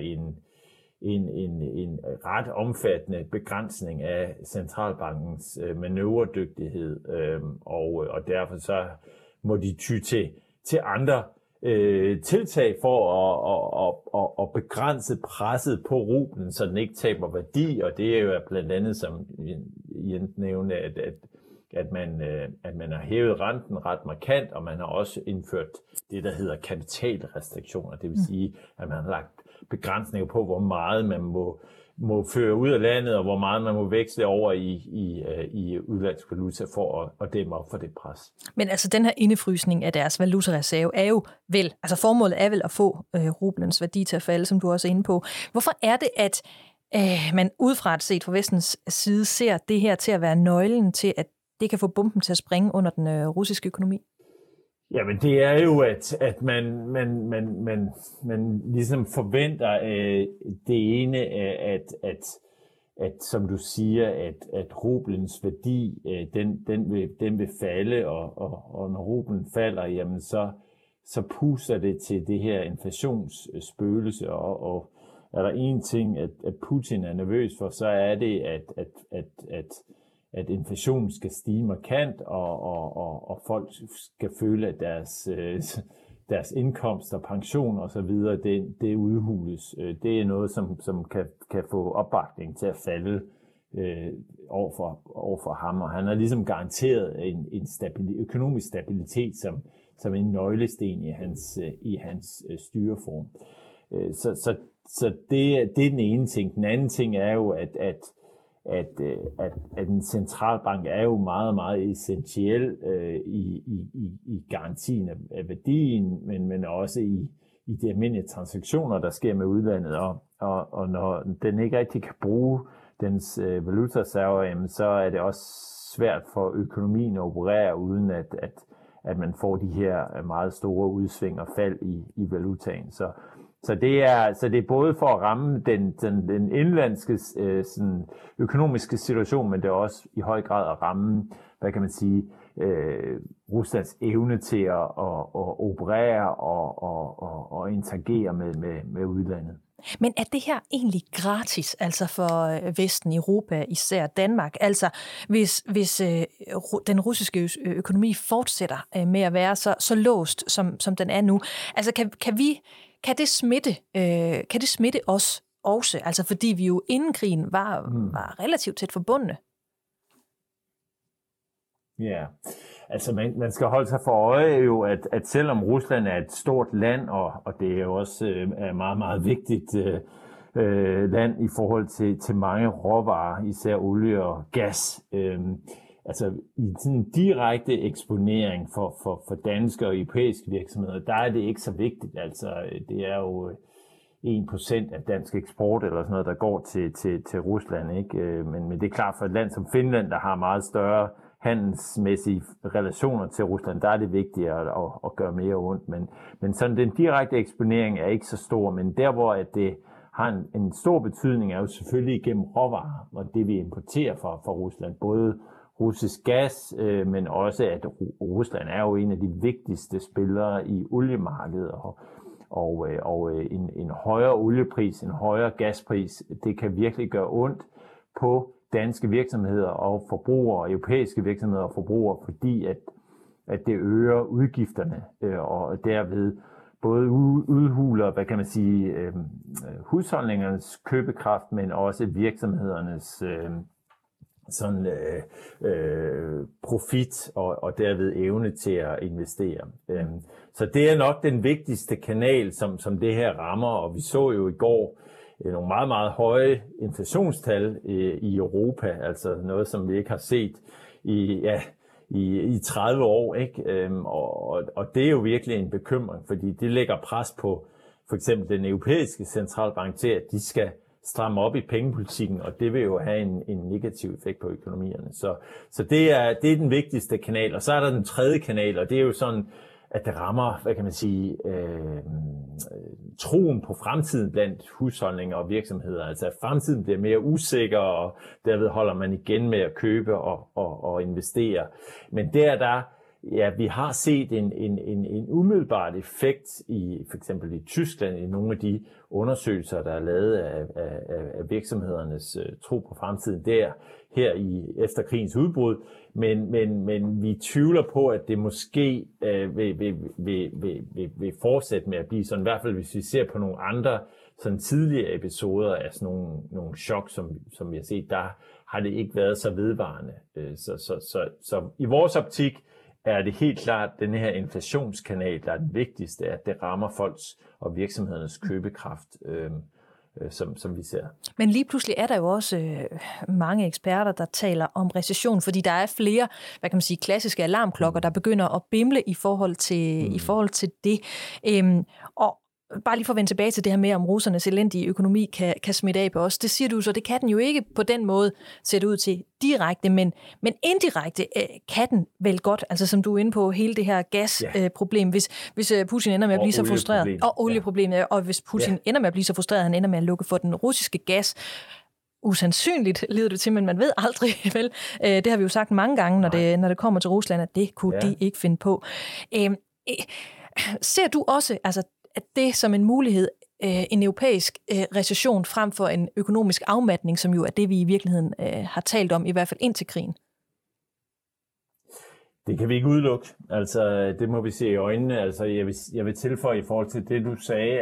en ret omfattende begrænsning af centralbankens manøvredygtighed, og derfor så må de ty til andre tiltag for at begrænse presset på rublen, så den ikke taber værdi, og det er jo blandt andet, som Jens nævnte, at man har hævet renten ret markant, og man har også indført det, der hedder kapitalrestriktioner. Det vil sige, at man har lagt begrænsninger på, hvor meget man må føre ud af landet, og hvor meget man må veksle over i udlandsk valuta for at dæmme op for det pres. Men altså den her indefrysning af deres valutareserve er jo vel, altså formålet er vel at få rublens værdi til at falde, som du også er inde på. Hvorfor er det, at man udefra set fra Vestens side ser det her til at være nøglen til, at det kan få bomben til at springe under den russiske økonomi? Jamen det er jo, at man ligesom forventer det ene, at som du siger, at rublens værdi, den vil falde, og når rublen falder, jamen så puster det til det her inflationsspøgelse, og er der en ting, at Putin er nervøs for, så er det, at inflationen skal stige markant, og folk skal føle, at deres indkomster, pension og så videre, det udhules. Det er noget, som kan få opbakning til at falde over for ham, og han har ligesom garanteret en økonomisk stabilitet som en nøglesten i hans styreform. Så det er den ene ting. Den anden ting er jo, at en centralbank er jo meget, meget essentiel i garantien af værdien, men også i de almindelige transaktioner, der sker med udlandet. Og når den ikke rigtig kan bruge dens valutareserver, så er det også svært for økonomien at operere, uden at man får de her meget store udsving og fald i valutaen. Så det er både for at ramme den indlandske sådan økonomiske situation, men det er også i høj grad at ramme, hvad kan man sige, Ruslands evne til at operere og interagere med udlandet. Men er det her egentlig gratis, altså for Vesten, Europa, især Danmark? Altså, hvis den russiske økonomi fortsætter med at være så låst, som den er nu, altså kan det smitte os også? Altså fordi vi jo inden krigen var relativt tæt forbundne. Ja, altså man skal holde sig for øje jo, at selvom Rusland er et stort land, og det er jo også meget, meget vigtigt land i forhold til mange råvarer, især olie og gas. Altså i sådan en direkte eksponering for danske og europæiske virksomheder, der er det ikke så vigtigt. Altså det er jo 1% af dansk eksport eller sådan noget, der går til Rusland, ikke? Men det er klart for et land som Finland, der har meget større handelsmæssige relationer til Rusland, der er det vigtigere at gøre mere ondt. Men sådan den direkte eksponering er ikke så stor, men der hvor at det har en stor betydning er jo selvfølgelig gennem råvarer, og det vi importerer fra Rusland, både russisk gas, men også at Rusland er jo en af de vigtigste spillere i oliemarkedet, og en højere oliepris, en højere gaspris, det kan virkelig gøre ondt på danske virksomheder og forbrugere, europæiske virksomheder og forbrugere, fordi at det øger udgifterne, og derved både udhuler, hvad kan man sige, husholdningernes købekraft, men også virksomhedernes profit og derved evne til at investere. Så det er nok den vigtigste kanal, som det her rammer, og vi så jo i går nogle meget, meget høje inflationstal i Europa, altså noget, som vi ikke har set i 30 år, ikke? Og det er jo virkelig en bekymring, fordi det lægger pres på for eksempel den europæiske centralbank til, at de skal stramme op i pengepolitikken, og det vil jo have en negativ effekt på økonomierne. Så det er den vigtigste kanal, og så er der den tredje kanal, og det er jo sådan, at det rammer, hvad kan man sige, troen på fremtiden blandt husholdninger og virksomheder. Altså at fremtiden bliver mere usikker, og derved holder man igen med at købe og investere. Men vi har set en umiddelbart effekt i for eksempel i Tyskland i nogle af de undersøgelser, der er lavet af virksomhedernes tro på fremtiden her efter krigens udbrud, men vi tvivler på, at det måske vil fortsætte med at blive sådan, i hvert fald hvis vi ser på nogle andre sådan tidligere episoder af sådan nogle chok, som vi har set, der har det ikke været så vedvarende. Så i vores optik er det helt klart den her inflationskanal, der er den vigtigste, at det rammer folks og virksomhedernes købekraft, som vi ser. Men lige pludselig er der jo også mange eksperter, der taler om recession, fordi der er flere, hvad kan man sige, klassiske alarmklokker, der begynder at bimle i forhold til det. Og bare lige for at vende tilbage til det her med, om russernes elendige økonomi kan smitte af på os. Det siger du så, det kan den jo ikke på den måde sætte ud til direkte, men indirekte kan den vel godt, altså som du er inde på, hele det her gasproblem, hvis Putin ender med at blive så frustreret, og olieproblemet, og hvis Putin ender med at blive så frustreret, han ender med at lukke for den russiske gas. Usandsynligt lyder det til, men man ved aldrig, vel? Det har vi jo sagt mange gange, når det kommer til Rusland, at det kunne de ikke finde på. Ser du også, altså at det som en mulighed, en europæisk recession frem for en økonomisk afmatning, som jo er det, vi i virkeligheden har talt om, i hvert fald indtil krigen? Det kan vi ikke udelukke. Altså, det må vi se i øjnene. Altså, jeg vil tilføje i forhold til det, du sagde,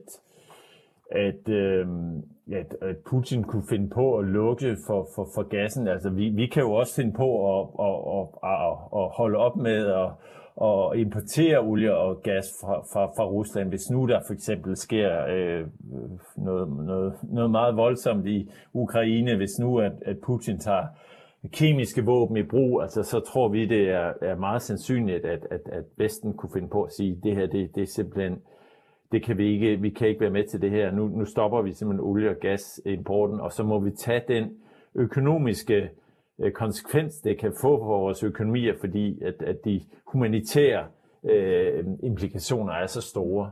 at Putin kunne finde på at lukke for gassen. Altså, vi kan jo også finde på at holde op med og importere olie og gas fra Rusland, hvis nu der for eksempel sker noget meget voldsomt i Ukraine, hvis nu at Putin tager kemiske våben i brug, altså så tror vi, det er meget sandsynligt, at Vesten kunne finde på at sige, det her, det er simpelthen, det kan vi kan ikke være med til det her. Nu stopper vi simpelthen olie- og gasimporten, og så må vi tage den økonomiske konsekvens, det kan få for vores økonomier, fordi at de humanitære implikationer er så store.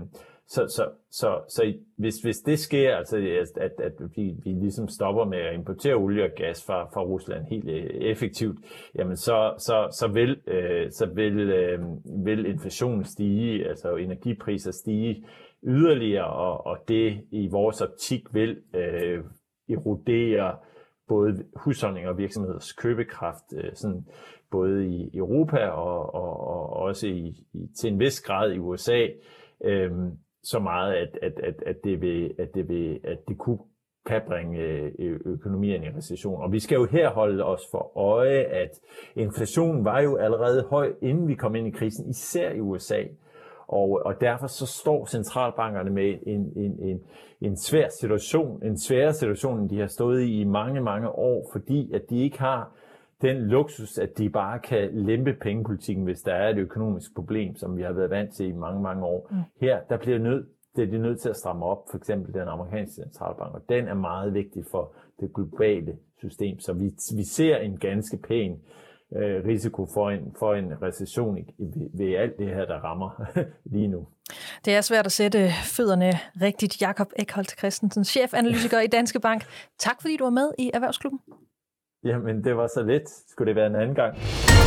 Så hvis det sker, altså at vi ligesom stopper med at importere olie og gas fra Rusland helt effektivt, jamen så vil inflationen stige, altså energipriser stige yderligere, og det i vores optik vil erodere både husholdninger og virksomheders købekraft, sådan både i Europa og også til en vis grad i USA, så meget, at det kunne kan bringe økonomien i recession. Og vi skal jo her holde os for øje, at inflationen var jo allerede høj, inden vi kom ind i krisen, især i USA. Og derfor så står centralbankerne med en svær situation, en sværere situation, end de har stået i mange, mange år, fordi at de ikke har den luksus, at de bare kan lempe pengepolitikken, hvis der er et økonomisk problem, som vi har været vant til i mange, mange år. Her, der bliver de nødt til at stramme op, for eksempel den amerikanske centralbank, og den er meget vigtig for det globale system. Så vi ser en ganske pæn risiko for en recession ved alt det her, der rammer lige nu. Det er svært at sætte fødderne rigtigt. Jakob Ekholt Christensen, chefanalytiker i Danske Bank. Tak fordi du var med i Erhvervsklubben. Jamen, det var så lidt. Skulle det være en anden gang?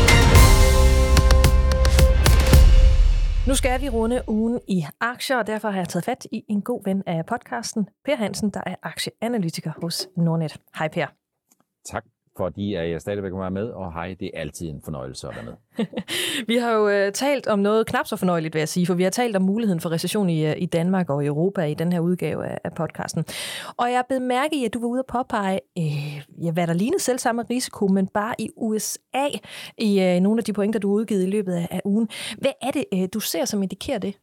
Nu skal vi runde ugen i aktier, og derfor har jeg taget fat i en god ven af podcasten, Per Hansen, der er aktieanalytiker hos Nordnet. Hej Per. Tak, fordi jeg stadigvæk kan være med, og hej, det er altid en fornøjelse at være med. Vi har jo talt om noget knap så fornøjeligt, vil jeg sige, for vi har talt om muligheden for recession i Danmark og Europa i den her udgave af podcasten. Og jeg blev mærke i, at du var ude at påpege, hvad der lignede selv samme risiko, men bare i USA, i nogle af de pointer, du har udgivet i løbet af ugen. Hvad er det, du ser, som indikerer det?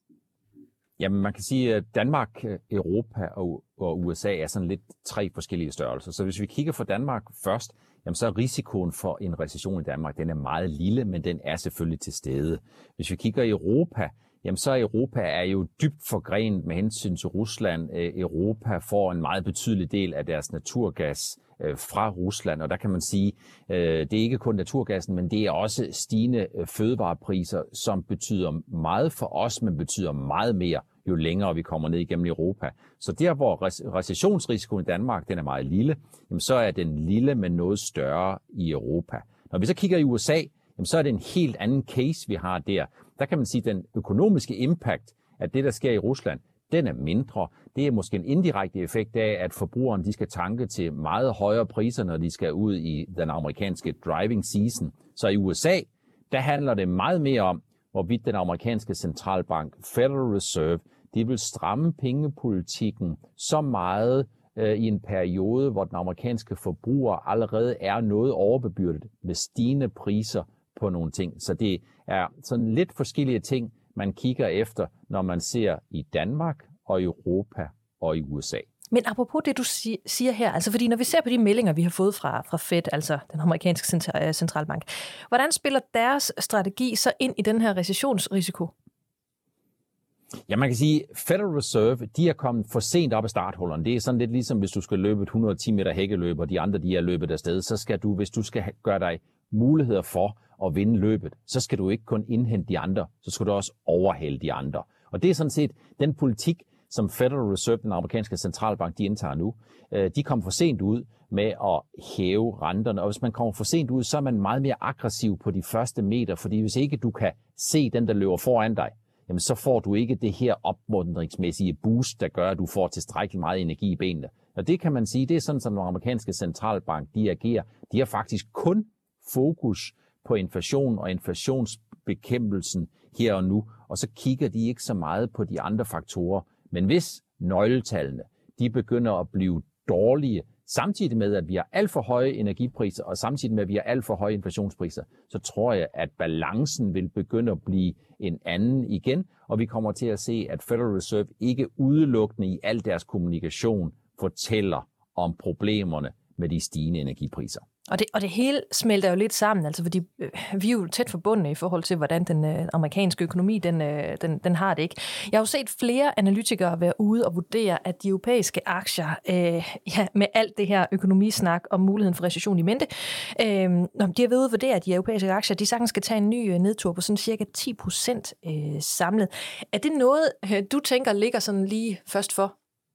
Jamen, man kan sige, at Danmark, Europa og USA er sådan lidt 3 forskellige størrelser. Så hvis vi kigger for Danmark først, jamen så er risikoen for en recession i Danmark, den er meget lille, men den er selvfølgelig til stede. Hvis vi kigger i Europa, jamen så Europa er jo dybt forgrenet med hensyn til Rusland. Europa får en meget betydelig del af deres naturgas fra Rusland, og der kan man sige, det er ikke kun naturgassen, men det er også stigende fødevarepriser, som betyder meget for os, men betyder meget mere, jo længere vi kommer ned igennem Europa. Så der, hvor recessionsrisikoen i Danmark den er meget lille, jamen så er den lille, men noget større i Europa. Når vi så kigger i USA, jamen så er det en helt anden case, vi har der. Der kan man sige, at den økonomiske impact af det, der sker i Rusland, den er mindre. Det er måske en indirekte effekt af, at forbrugerne de skal tanke til meget højere priser, når de skal ud i den amerikanske driving season. Så i USA, der handler det meget mere om, hvorvidt den amerikanske centralbank, Federal Reserve, de vil stramme pengepolitikken så meget i en periode, hvor den amerikanske forbruger allerede er noget overbebyrdet med stigende priser på nogle ting. Så det er sådan lidt forskellige ting, man kigger efter, når man ser i Danmark og i Europa og i USA. Men apropos det, du siger her, altså fordi når vi ser på de meldinger, vi har fået fra Fed, altså den amerikanske centralbank, hvordan spiller deres strategi så ind i den her recessionsrisiko? Ja, man kan sige, Federal Reserve, de er kommet for sent op af starthullerne. Det er sådan lidt ligesom, hvis du skal løbe et 110 meter hækkeløb, og de andre de er løbet afsted, så skal du, hvis du skal gøre dig muligheder for at vinde løbet, så skal du ikke kun indhente de andre, så skal du også overhale de andre. Og det er sådan set den politik, som Federal Reserve, den amerikanske centralbank, de indtager nu. De kom for sent ud med at hæve renterne, og hvis man kommer for sent ud, så er man meget mere aggressiv på de første meter, fordi hvis ikke du kan se den, der løber foran dig, jamen så får du ikke det her opmuntringsmæssige boost, der gør, at du får tilstrækkeligt meget energi i benene. Og det kan man sige, det er sådan, som den amerikanske centralbank, de agerer. De har faktisk kun fokus på inflation og inflationsbekæmpelsen her og nu, og så kigger de ikke så meget på de andre faktorer. Men hvis nøgletallene, de begynder at blive dårlige, samtidig med, at vi har alt for høje energipriser, og samtidig med, at vi har alt for høje inflationspriser, så tror jeg, at balancen vil begynde at blive en anden igen, og vi kommer til at se, at Federal Reserve ikke udelukkende i al deres kommunikation fortæller om problemerne med de stigende energipriser. Og det hele smelter jo lidt sammen, altså fordi vi er jo tæt forbundne i forhold til, hvordan den amerikanske økonomi, den har det ikke. Jeg har jo set flere analytikere være ude og vurdere, at de europæiske aktier, med alt det her økonomisnak og muligheden for recession i mente, de har været ude at vurdere, at de europæiske aktier, de sagtens skal tage en ny nedtur på sådan cirka 10% samlet. Er det noget, du tænker ligger sådan lige først for?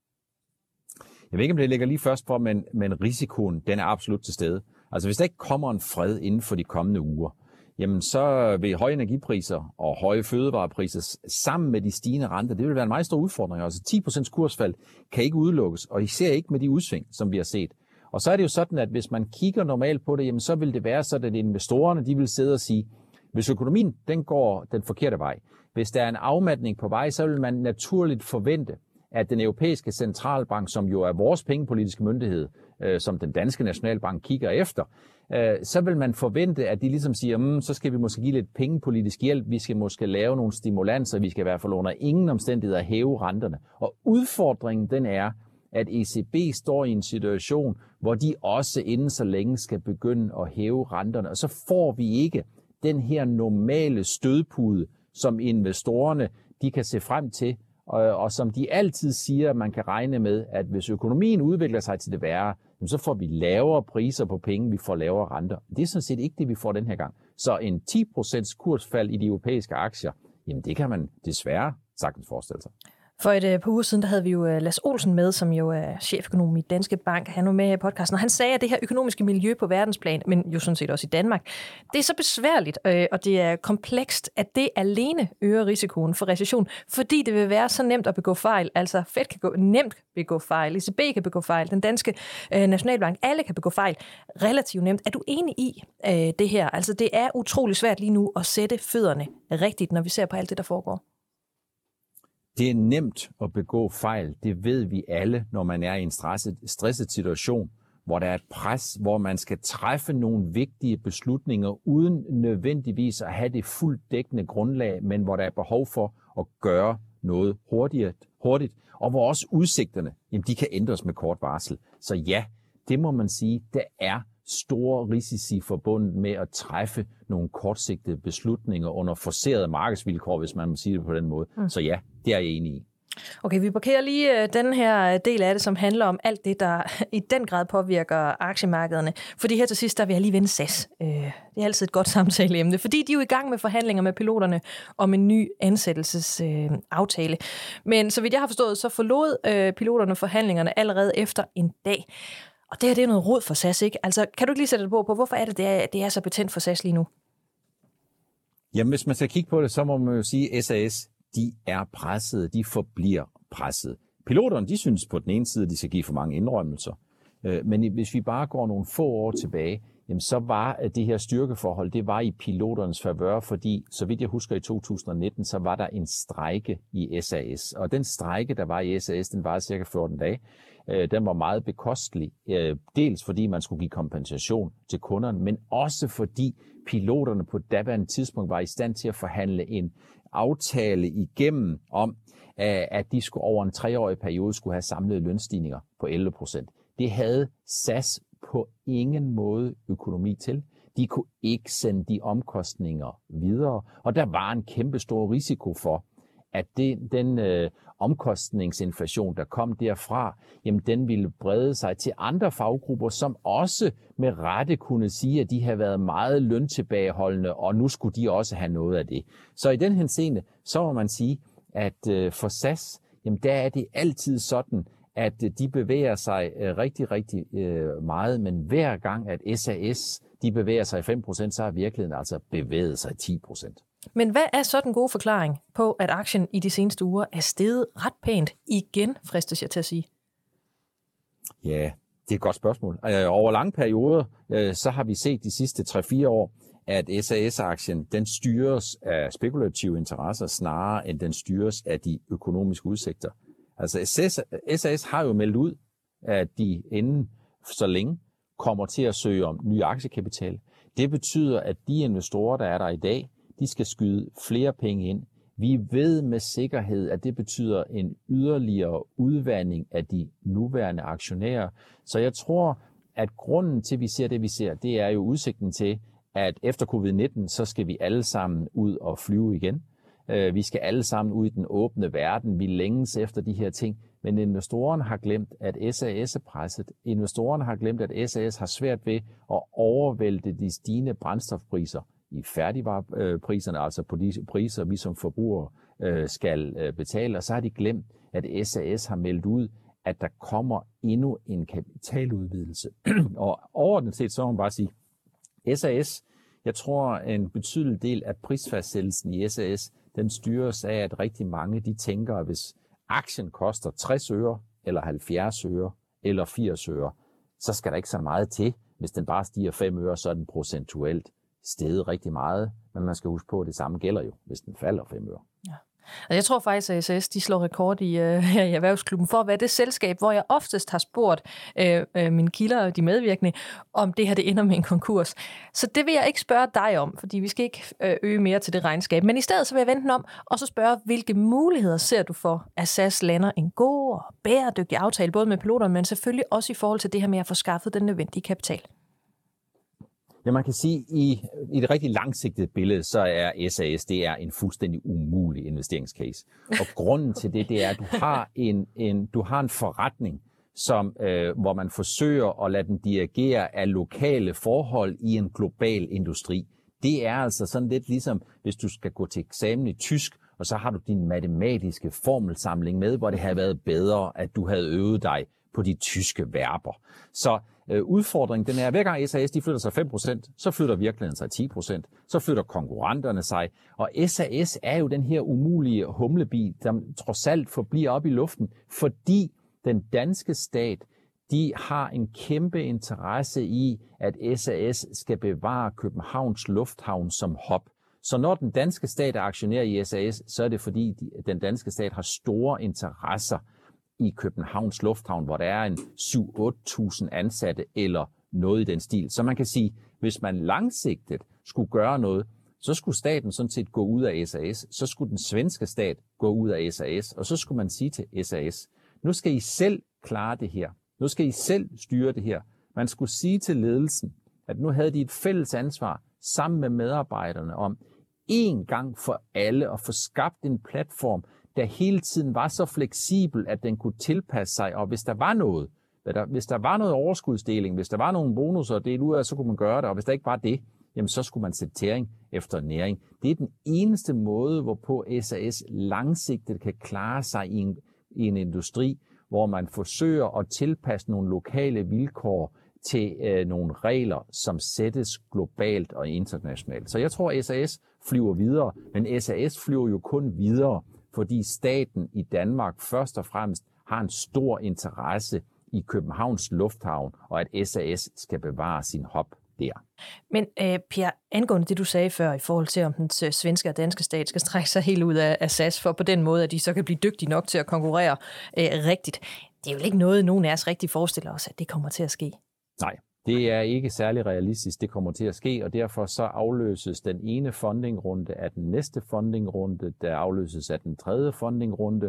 Jeg ved ikke, om det ligger lige først for, men risikoen, den er absolut til stede. Altså hvis der ikke kommer en fred inden for de kommende uger, jamen så vil høje energipriser og høje fødevarepriser sammen med de stigende renter, det vil være en meget stor udfordring. Altså 10% kursfald kan ikke udelukkes, og især ikke med de udsving, som vi har set. Og så er det jo sådan, at hvis man kigger normalt på det, jamen så vil det være sådan, at investorerne de vil sidde og sige, hvis økonomien den går den forkerte vej, hvis der er en afmatning på vej, så vil man naturligt forvente, at den europæiske centralbank, som jo er vores pengepolitiske myndighed, som den danske nationalbank kigger efter, så vil man forvente, at de ligesom siger, så skal vi måske give lidt pengepolitisk hjælp, vi skal måske lave nogle stimulanser, vi skal i hvert fald under ingen omstændigheder hæve renterne. Og udfordringen den er, at ECB står i en situation, hvor de også inden så længe skal begynde at hæve renterne, og så får vi ikke den her normale stødpude, som investorerne de kan se frem til, og som de altid siger, man kan regne med, at hvis økonomien udvikler sig til det værre, så får vi lavere priser på penge, vi får lavere renter. Det er sådan set ikke det, vi får den her gang. Så en 10% kursfald i de europæiske aktier, jamen det kan man desværre sagtens forestille sig. For et par uger siden, der havde vi jo Lars Olsen med, som jo er cheføkonom i Danske Bank. Han var med i podcasten, og han sagde, at det her økonomiske miljø på verdensplan, men jo sådan set også i Danmark, det er så besværligt, og det er komplekst, at det alene øger risikoen for recession, fordi det vil være så nemt at begå fejl. Altså Fed kan nemt begå fejl, ECB kan begå fejl, den danske nationalbank, alle kan begå fejl relativt nemt. Er du enig i det her? Altså det er utrolig svært lige nu at sætte fødderne rigtigt, når vi ser på alt det, der foregår. Det er nemt at begå fejl. Det ved vi alle, når man er i en stresset situation, hvor der er et pres, hvor man skal træffe nogle vigtige beslutninger, uden nødvendigvis at have det fuldt dækkende grundlag, men hvor der er behov for at gøre noget hurtigt, og hvor også udsigterne, jamen de kan ændres med kort varsel. Så ja, det må man sige, der er store risici forbundet med at træffe nogle kortsigtede beslutninger under forcerede markedsvilkår, hvis man må sige det på den måde. Så ja, det er jeg enig i. Okay, vi parkerer lige den her del af det, som handler om alt det, der i den grad påvirker aktiemarkederne. Fordi her til sidst, der vil jeg lige vende SAS. Det er altid et godt samtaleemne, fordi de er jo i gang med forhandlinger med piloterne om en ny ansættelsesaftale. Men så vidt jeg har forstået, så forlod piloterne forhandlingerne allerede efter en dag. Og det her, det er noget rod for SAS, ikke? Altså, kan du ikke lige sætte det på, hvorfor er det er så betændt for SAS lige nu? Jamen, hvis man skal kigge på det, så må man jo sige, at SAS, de er pressede, de forbliver pressede. Piloterne, de synes på den ene side, at de skal give for mange indrømmelser. Men hvis vi bare går nogle få år tilbage, jamen, så var det her styrkeforhold, det var i piloternes favør, fordi, så vidt jeg husker i 2019, så var der en strejke i SAS. Og den strejke, der var i SAS, den var cirka 14 dage. Den var meget bekostelig, dels fordi man skulle give kompensation til kunderne, men også fordi piloterne på daværende tidspunkt var i stand til at forhandle en aftale igennem om, at de skulle over en 3-årig periode skulle have samlede lønstigninger på 11%. Det havde SAS på ingen måde økonomi til. De kunne ikke sende de omkostninger videre, og der var en kæmpe stor risiko for, at den omkostningsinflation, der kom derfra, jamen den ville brede sig til andre faggrupper, som også med rette kunne sige, at de havde været meget løntilbageholdende, og nu skulle de også have noget af det. Så i den henseende, så må man sige, at for SAS, jamen der er det altid sådan, at de bevæger sig rigtig, rigtig meget, men hver gang, at SAS de bevæger sig 5%, så har virkeligheden altså bevæget sig 10%. Men hvad er så den gode forklaring på, at aktien i de seneste uger er steget ret pænt igen, fristes jeg til at sige? Ja, det er et godt spørgsmål. Over lange perioder, så har vi set de sidste 3-4 år, at SAS-aktien, den styres af spekulative interesser, snarere end den styres af de økonomiske udsigter. Altså SAS har jo meldt ud, at de inden så længe kommer til at søge om ny aktiekapital. Det betyder, at de investorer, der er der i dag, de skal skyde flere penge ind. Vi ved med sikkerhed, at det betyder en yderligere udvanding af de nuværende aktionærer. Så jeg tror, at grunden til, at vi ser det, vi ser, det er jo udsigten til, at efter covid-19, så skal vi alle sammen ud og flyve igen. Vi skal alle sammen ud i den åbne verden. Vi længes efter de her ting. Men investorerne har glemt, at SAS er presset. Investorerne har glemt, at SAS har svært ved at overvælte de stigende brændstofpriser i færdigvarepriserne, altså på de priser, vi som forbrugere skal betale. Og så har de glemt, at SAS har meldt ud, at der kommer endnu en kapitaludvidelse. Og overordnet set, så må man bare sige, SAS, jeg tror, en betydelig del af prisfastsættelsen i SAS, den styres af, at rigtig mange de tænker, at hvis aktien koster 60 øre, eller 70 øre, eller 80 øre, så skal der ikke så meget til. Hvis den bare stiger 5 øre, så er den procentuelt steget rigtig meget. Men man skal huske på, at det samme gælder jo, hvis den falder 5 øre. Ja. Og jeg tror faktisk, at SAS de slår rekord i Erhvervsklubben for at være det selskab, hvor jeg oftest har spurgt mine kilder og de medvirkende, om det her det ender med en konkurs. Så det vil jeg ikke spørge dig om, fordi vi skal ikke øge mere til det regnskab. Men i stedet så vil jeg vente den om og så spørge, hvilke muligheder ser du for, at SAS lander en god og bæredygtig aftale, både med piloterne, men selvfølgelig også i forhold til det her med at få skaffet den nødvendige kapital. Ja, man kan sige, i det rigtig langsigtede billede, så er SAS, det er en fuldstændig umulig investeringscase. Og grunden til det er, at du har en forretning, hvor man forsøger at lade den dirigere af lokale forhold i en global industri. Det er altså sådan lidt ligesom, hvis du skal gå til eksamen i tysk, og så har du din matematiske formelsamling med, hvor det havde været bedre, at du havde øvet dig på de tyske verber. Så udfordringen den er, at hver gang SAS de flytter sig 5%, så flytter virkeligheden sig 10%, så flytter konkurrenterne sig, og SAS er jo den her umulige humlebi, der trods alt forbliver op i luften, fordi den danske stat, de har en kæmpe interesse i, at SAS skal bevare Københavns Lufthavn som hub. Så når den danske stat er aktionær i SAS, så er det fordi den danske stat har store interesser i Københavns Lufthavn, hvor der er en 7-8.000 ansatte eller noget i den stil. Så man kan sige, hvis man langsigtet skulle gøre noget, så skulle staten sådan set gå ud af SAS, så skulle den svenske stat gå ud af SAS, og så skulle man sige til SAS, nu skal I selv klare det her. Nu skal I selv styre det her. Man skulle sige til ledelsen, at nu havde de et fælles ansvar sammen med medarbejderne om en gang for alle at få skabt en platform, der hele tiden var så fleksibel, at den kunne tilpasse sig, og hvis der var noget overskudsdeling, hvis der var nogle bonusser at dele ud af, så kunne man gøre det, og hvis der ikke var det, jamen så skulle man sætte tæring efter næring. Det er den eneste måde, hvorpå SAS langsigtet kan klare sig i en industri, hvor man forsøger at tilpasse nogle lokale vilkår til nogle regler, som sættes globalt og internationalt. Så jeg tror, at SAS flyver videre, men SAS flyver jo kun videre, fordi staten i Danmark først og fremmest har en stor interesse i Københavns Lufthavn, og at SAS skal bevare sin hub der. Men Per, angående det, du sagde før i forhold til, om den svenske og danske stat skal trække sig helt ud af SAS, for på den måde, at de så kan blive dygtige nok til at konkurrere rigtigt. Det er jo ikke noget, nogen af os rigtig forestiller os, at det kommer til at ske. Nej, det er ikke særlig realistisk, det kommer til at ske, og derfor så afløses den ene fundingrunde af den næste fundingrunde, der afløses af den tredje fundingrunde,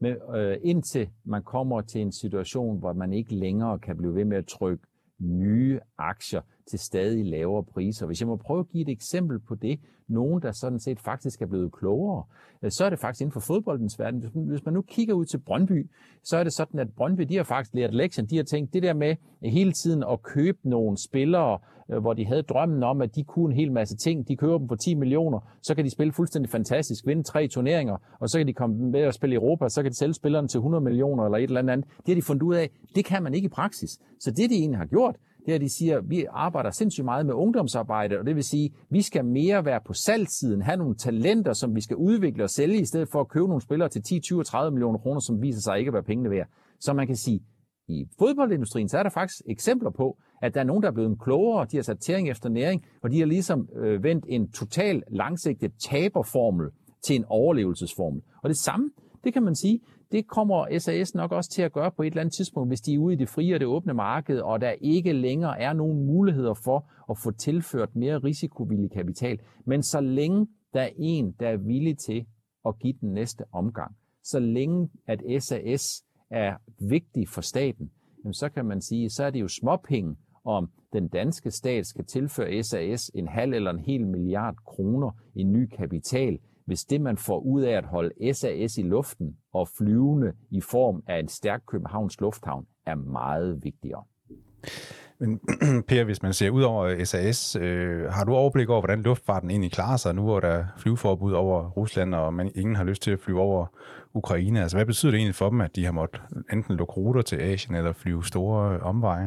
indtil man kommer til en situation, hvor man ikke længere kan blive ved med at trykke nye aktier til stadig lavere priser. Hvis jeg må prøve at give et eksempel på det, nogen der sådan set faktisk er blevet klogere, så er det faktisk inden for fodboldens verden. Hvis man nu kigger ud til Brøndby, så er det sådan, at Brøndby, de har faktisk lært lektion. De har tænkt det der med hele tiden at købe nogle spillere, hvor de havde drømmen om, at de kunne en hel masse ting. De køber dem for 10 millioner, så kan de spille fuldstændig fantastisk, vinde 3 turneringer, og så kan de komme med at spille i Europa, så kan de sælge spillerne til 100 millioner eller et eller andet. Det har de fundet ud af, det kan man ikke i praksis. Så det, de egentlig har gjort, det er, at de siger, at vi arbejder sindssygt meget med ungdomsarbejde, og det vil sige, at vi skal mere være på salgssiden, have nogle talenter, som vi skal udvikle og sælge, i stedet for at købe nogle spillere til 10, 20 og 30 millioner kroner, som viser sig ikke at være pengene værd. Så man kan sige, i fodboldindustrien, så er der faktisk eksempler på, at der er nogen, der er blevet klogere, de har sat tæring efter næring, og de har ligesom vendt en total langsigtet taberformel til en overlevelsesformel. Og det samme, det kan man sige, det kommer SAS nok også til at gøre på et eller andet tidspunkt, hvis de er ude i det frie og det åbne marked, og der ikke længere er nogen muligheder for at få tilført mere risikovillig kapital. Men så længe der er en, der er villig til at give den næste omgang, så længe at SAS er vigtig for staten, så kan man sige, så er det jo småpenge, om den danske stat skal tilføre SAS 0,5 eller 1 milliard kroner i ny kapital, hvis det, man får ud af at holde SAS i luften og flyvende i form af en stærk Københavns Lufthavn, er meget vigtigere. Men Per, hvis man ser ud over SAS, har du overblik over, hvordan luftfarten egentlig klarer sig nu, hvor der er flyveforbud over Rusland, og ingen har lyst til at flyve over Ukraine? Altså, hvad betyder det egentlig for dem, at de har måttet enten lukke ruter til Asien eller flyve store omveje?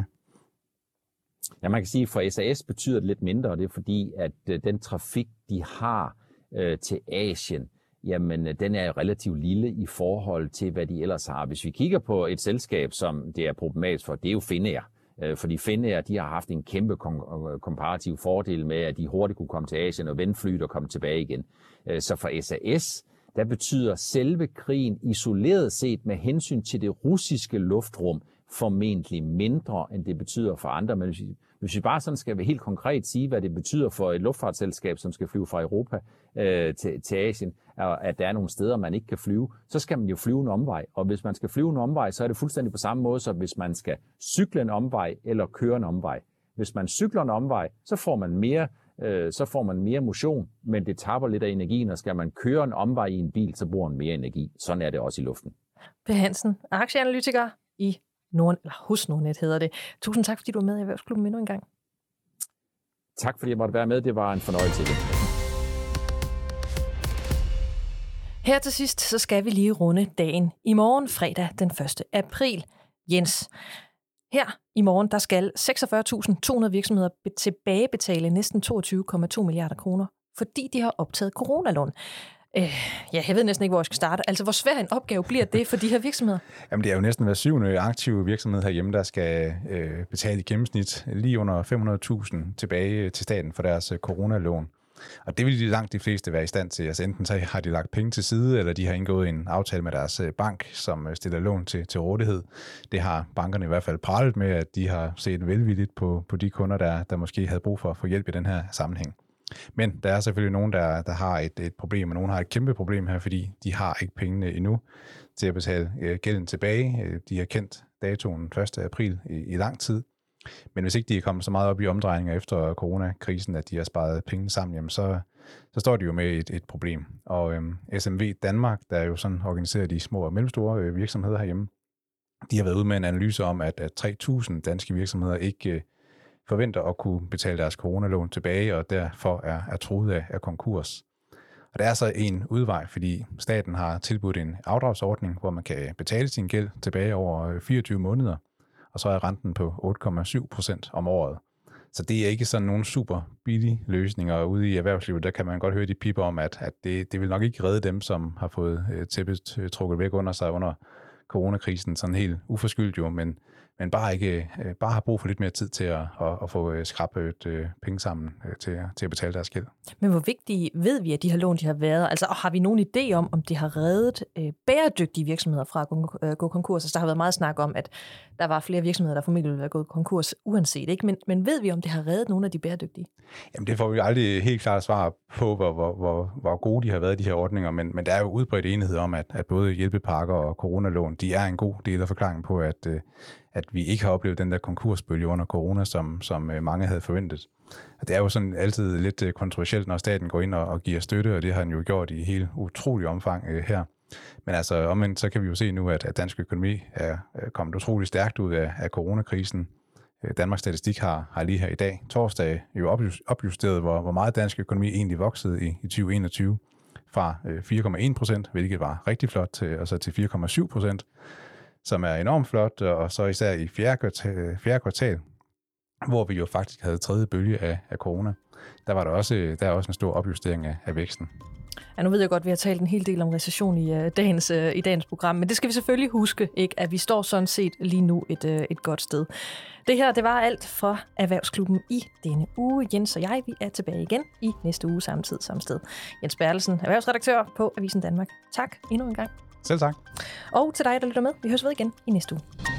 Ja, man kan sige, at for SAS betyder det lidt mindre, og det er fordi, at den trafik, de har til Asien, jamen den er relativt lille i forhold til, hvad de ellers har. Hvis vi kigger på et selskab, som det er problematisk for, det er jo Finnair. Fordi Finnair, de har haft en kæmpe komparativ fordel med, at de hurtigt kunne komme til Asien og vende flyet og komme tilbage igen. Så for SAS, der betyder selve krigen isoleret set med hensyn til det russiske luftrum formentlig mindre, end det betyder for andre. Men hvis vi bare sådan skal helt konkret sige, hvad det betyder for et luftfartsselskab, som skal flyve fra Europa til Asien, at der er nogle steder, man ikke kan flyve, så skal man jo flyve en omvej. Og hvis man skal flyve en omvej, så er det fuldstændig på samme måde, som hvis man skal cykle en omvej eller køre en omvej. Hvis man cykler en omvej, så får man mere motion, men det tapper lidt af energien, og skal man køre en omvej i en bil, så bruger man mere energi. Sådan er det også i luften. Per Hansen, aktieanalytiker hos Nordnet hedder det. Tusind tak, fordi du var med i Erhvervsklubben endnu en gang. Tak, fordi jeg måtte være med. Det var en fornøjelse. Her til sidst, så skal vi lige runde dagen. I morgen, fredag den 1. april. Jens, her i morgen, der skal 46.200 virksomheder tilbagebetale næsten 22,2 milliarder kroner, fordi de har optaget coronalån. Jeg ved næsten ikke, hvor jeg skal starte. Altså, hvor svær en opgave bliver det for de her virksomheder? Jamen, det er jo næsten hver 7. aktive virksomhed herhjemme, der skal betale i gennemsnit lige under 500.000 tilbage til staten for deres coronalån. Og det vil de langt de fleste være i stand til. Altså enten så har de lagt penge til side, eller de har indgået en aftale med deres bank, som stiller lån til rådighed. Det har bankerne i hvert fald pralet med, at de har set velvilligt på de kunder, der måske havde brug for at få hjælp i den her sammenhæng. Men der er selvfølgelig nogen, der har et problem, og nogen har et kæmpe problem her, fordi de har ikke pengene endnu til at betale gælden tilbage. De har kendt datoen 1. april i lang tid. Men hvis ikke de er kommet så meget op i omdrejninger efter coronakrisen, at de har sparet penge sammen, jamen så står de jo med et problem. Og SMV Danmark, der er jo sådan organiseret de små og mellemstore virksomheder herhjemme, de har været ude med en analyse om, at 3.000 danske virksomheder ikke forventer at kunne betale deres coronalån tilbage, og derfor er truet af konkurs. Og der er så en udvej, fordi staten har tilbudt en afdragsordning, hvor man kan betale sin gæld tilbage over 24 måneder, og så er renten på 8,7% om året. Så det er ikke sådan nogle super billige løsninger. Ude i erhvervslivet, der kan man godt høre de piper om, at det vil nok ikke redde dem, som har fået tæppet trukket væk under sig under coronakrisen, sådan helt uforskyldt jo, men bare har brug for lidt mere tid til at få skrabet penge sammen til at betale deres gæld. Men hvor vigtige ved vi, at de her lån, de har været? Altså, har vi nogen idé om de har reddet bæredygtige virksomheder fra at gå konkurs? Altså, der har været meget snak om, at der var flere virksomheder, der formentlig ville være gået konkurs uanset, ikke? Men ved vi, om det har reddet nogle af de bæredygtige? Jamen, det får vi aldrig helt klart svar på, hvor gode de har været, de her ordninger, men der er jo udbredt enighed om, at både hjælpepakker og coronalån, de er en god del af forklaringen på, at vi ikke har oplevet den der konkursbølge under corona, som mange havde forventet. Og det er jo sådan altid lidt kontroversielt, når staten går ind og giver støtte, og det har den jo gjort i helt utrolig omfang her. Men altså omvendt, så kan vi jo se nu, at dansk økonomi er kommet utrolig stærkt ud af coronakrisen. Danmarks Statistik har lige her i dag, torsdag, jo opjusteret, hvor meget dansk økonomi egentlig voksede i 2021 fra 4,1%, hvilket var rigtig flot, til 4,7%. Som er enormt flot, og så især i fjerde kvartal, hvor vi jo faktisk havde tredje bølge af corona, der er også en stor opjustering af væksten. Ja, nu ved jeg godt, at vi har talt en hel del om recession i dagens program, men det skal vi selvfølgelig huske, ikke, at vi står sådan set lige nu et godt sted. Det her, det var alt fra Erhvervsklubben i denne uge. Jens og jeg, vi er tilbage igen i næste uge samme tid, samme sted. Jens Bertelsen, erhvervsredaktør på Avisen Danmark. Tak endnu en gang. Selv tak. Og til dig, der lytter med. Vi høres ved igen i næste uge.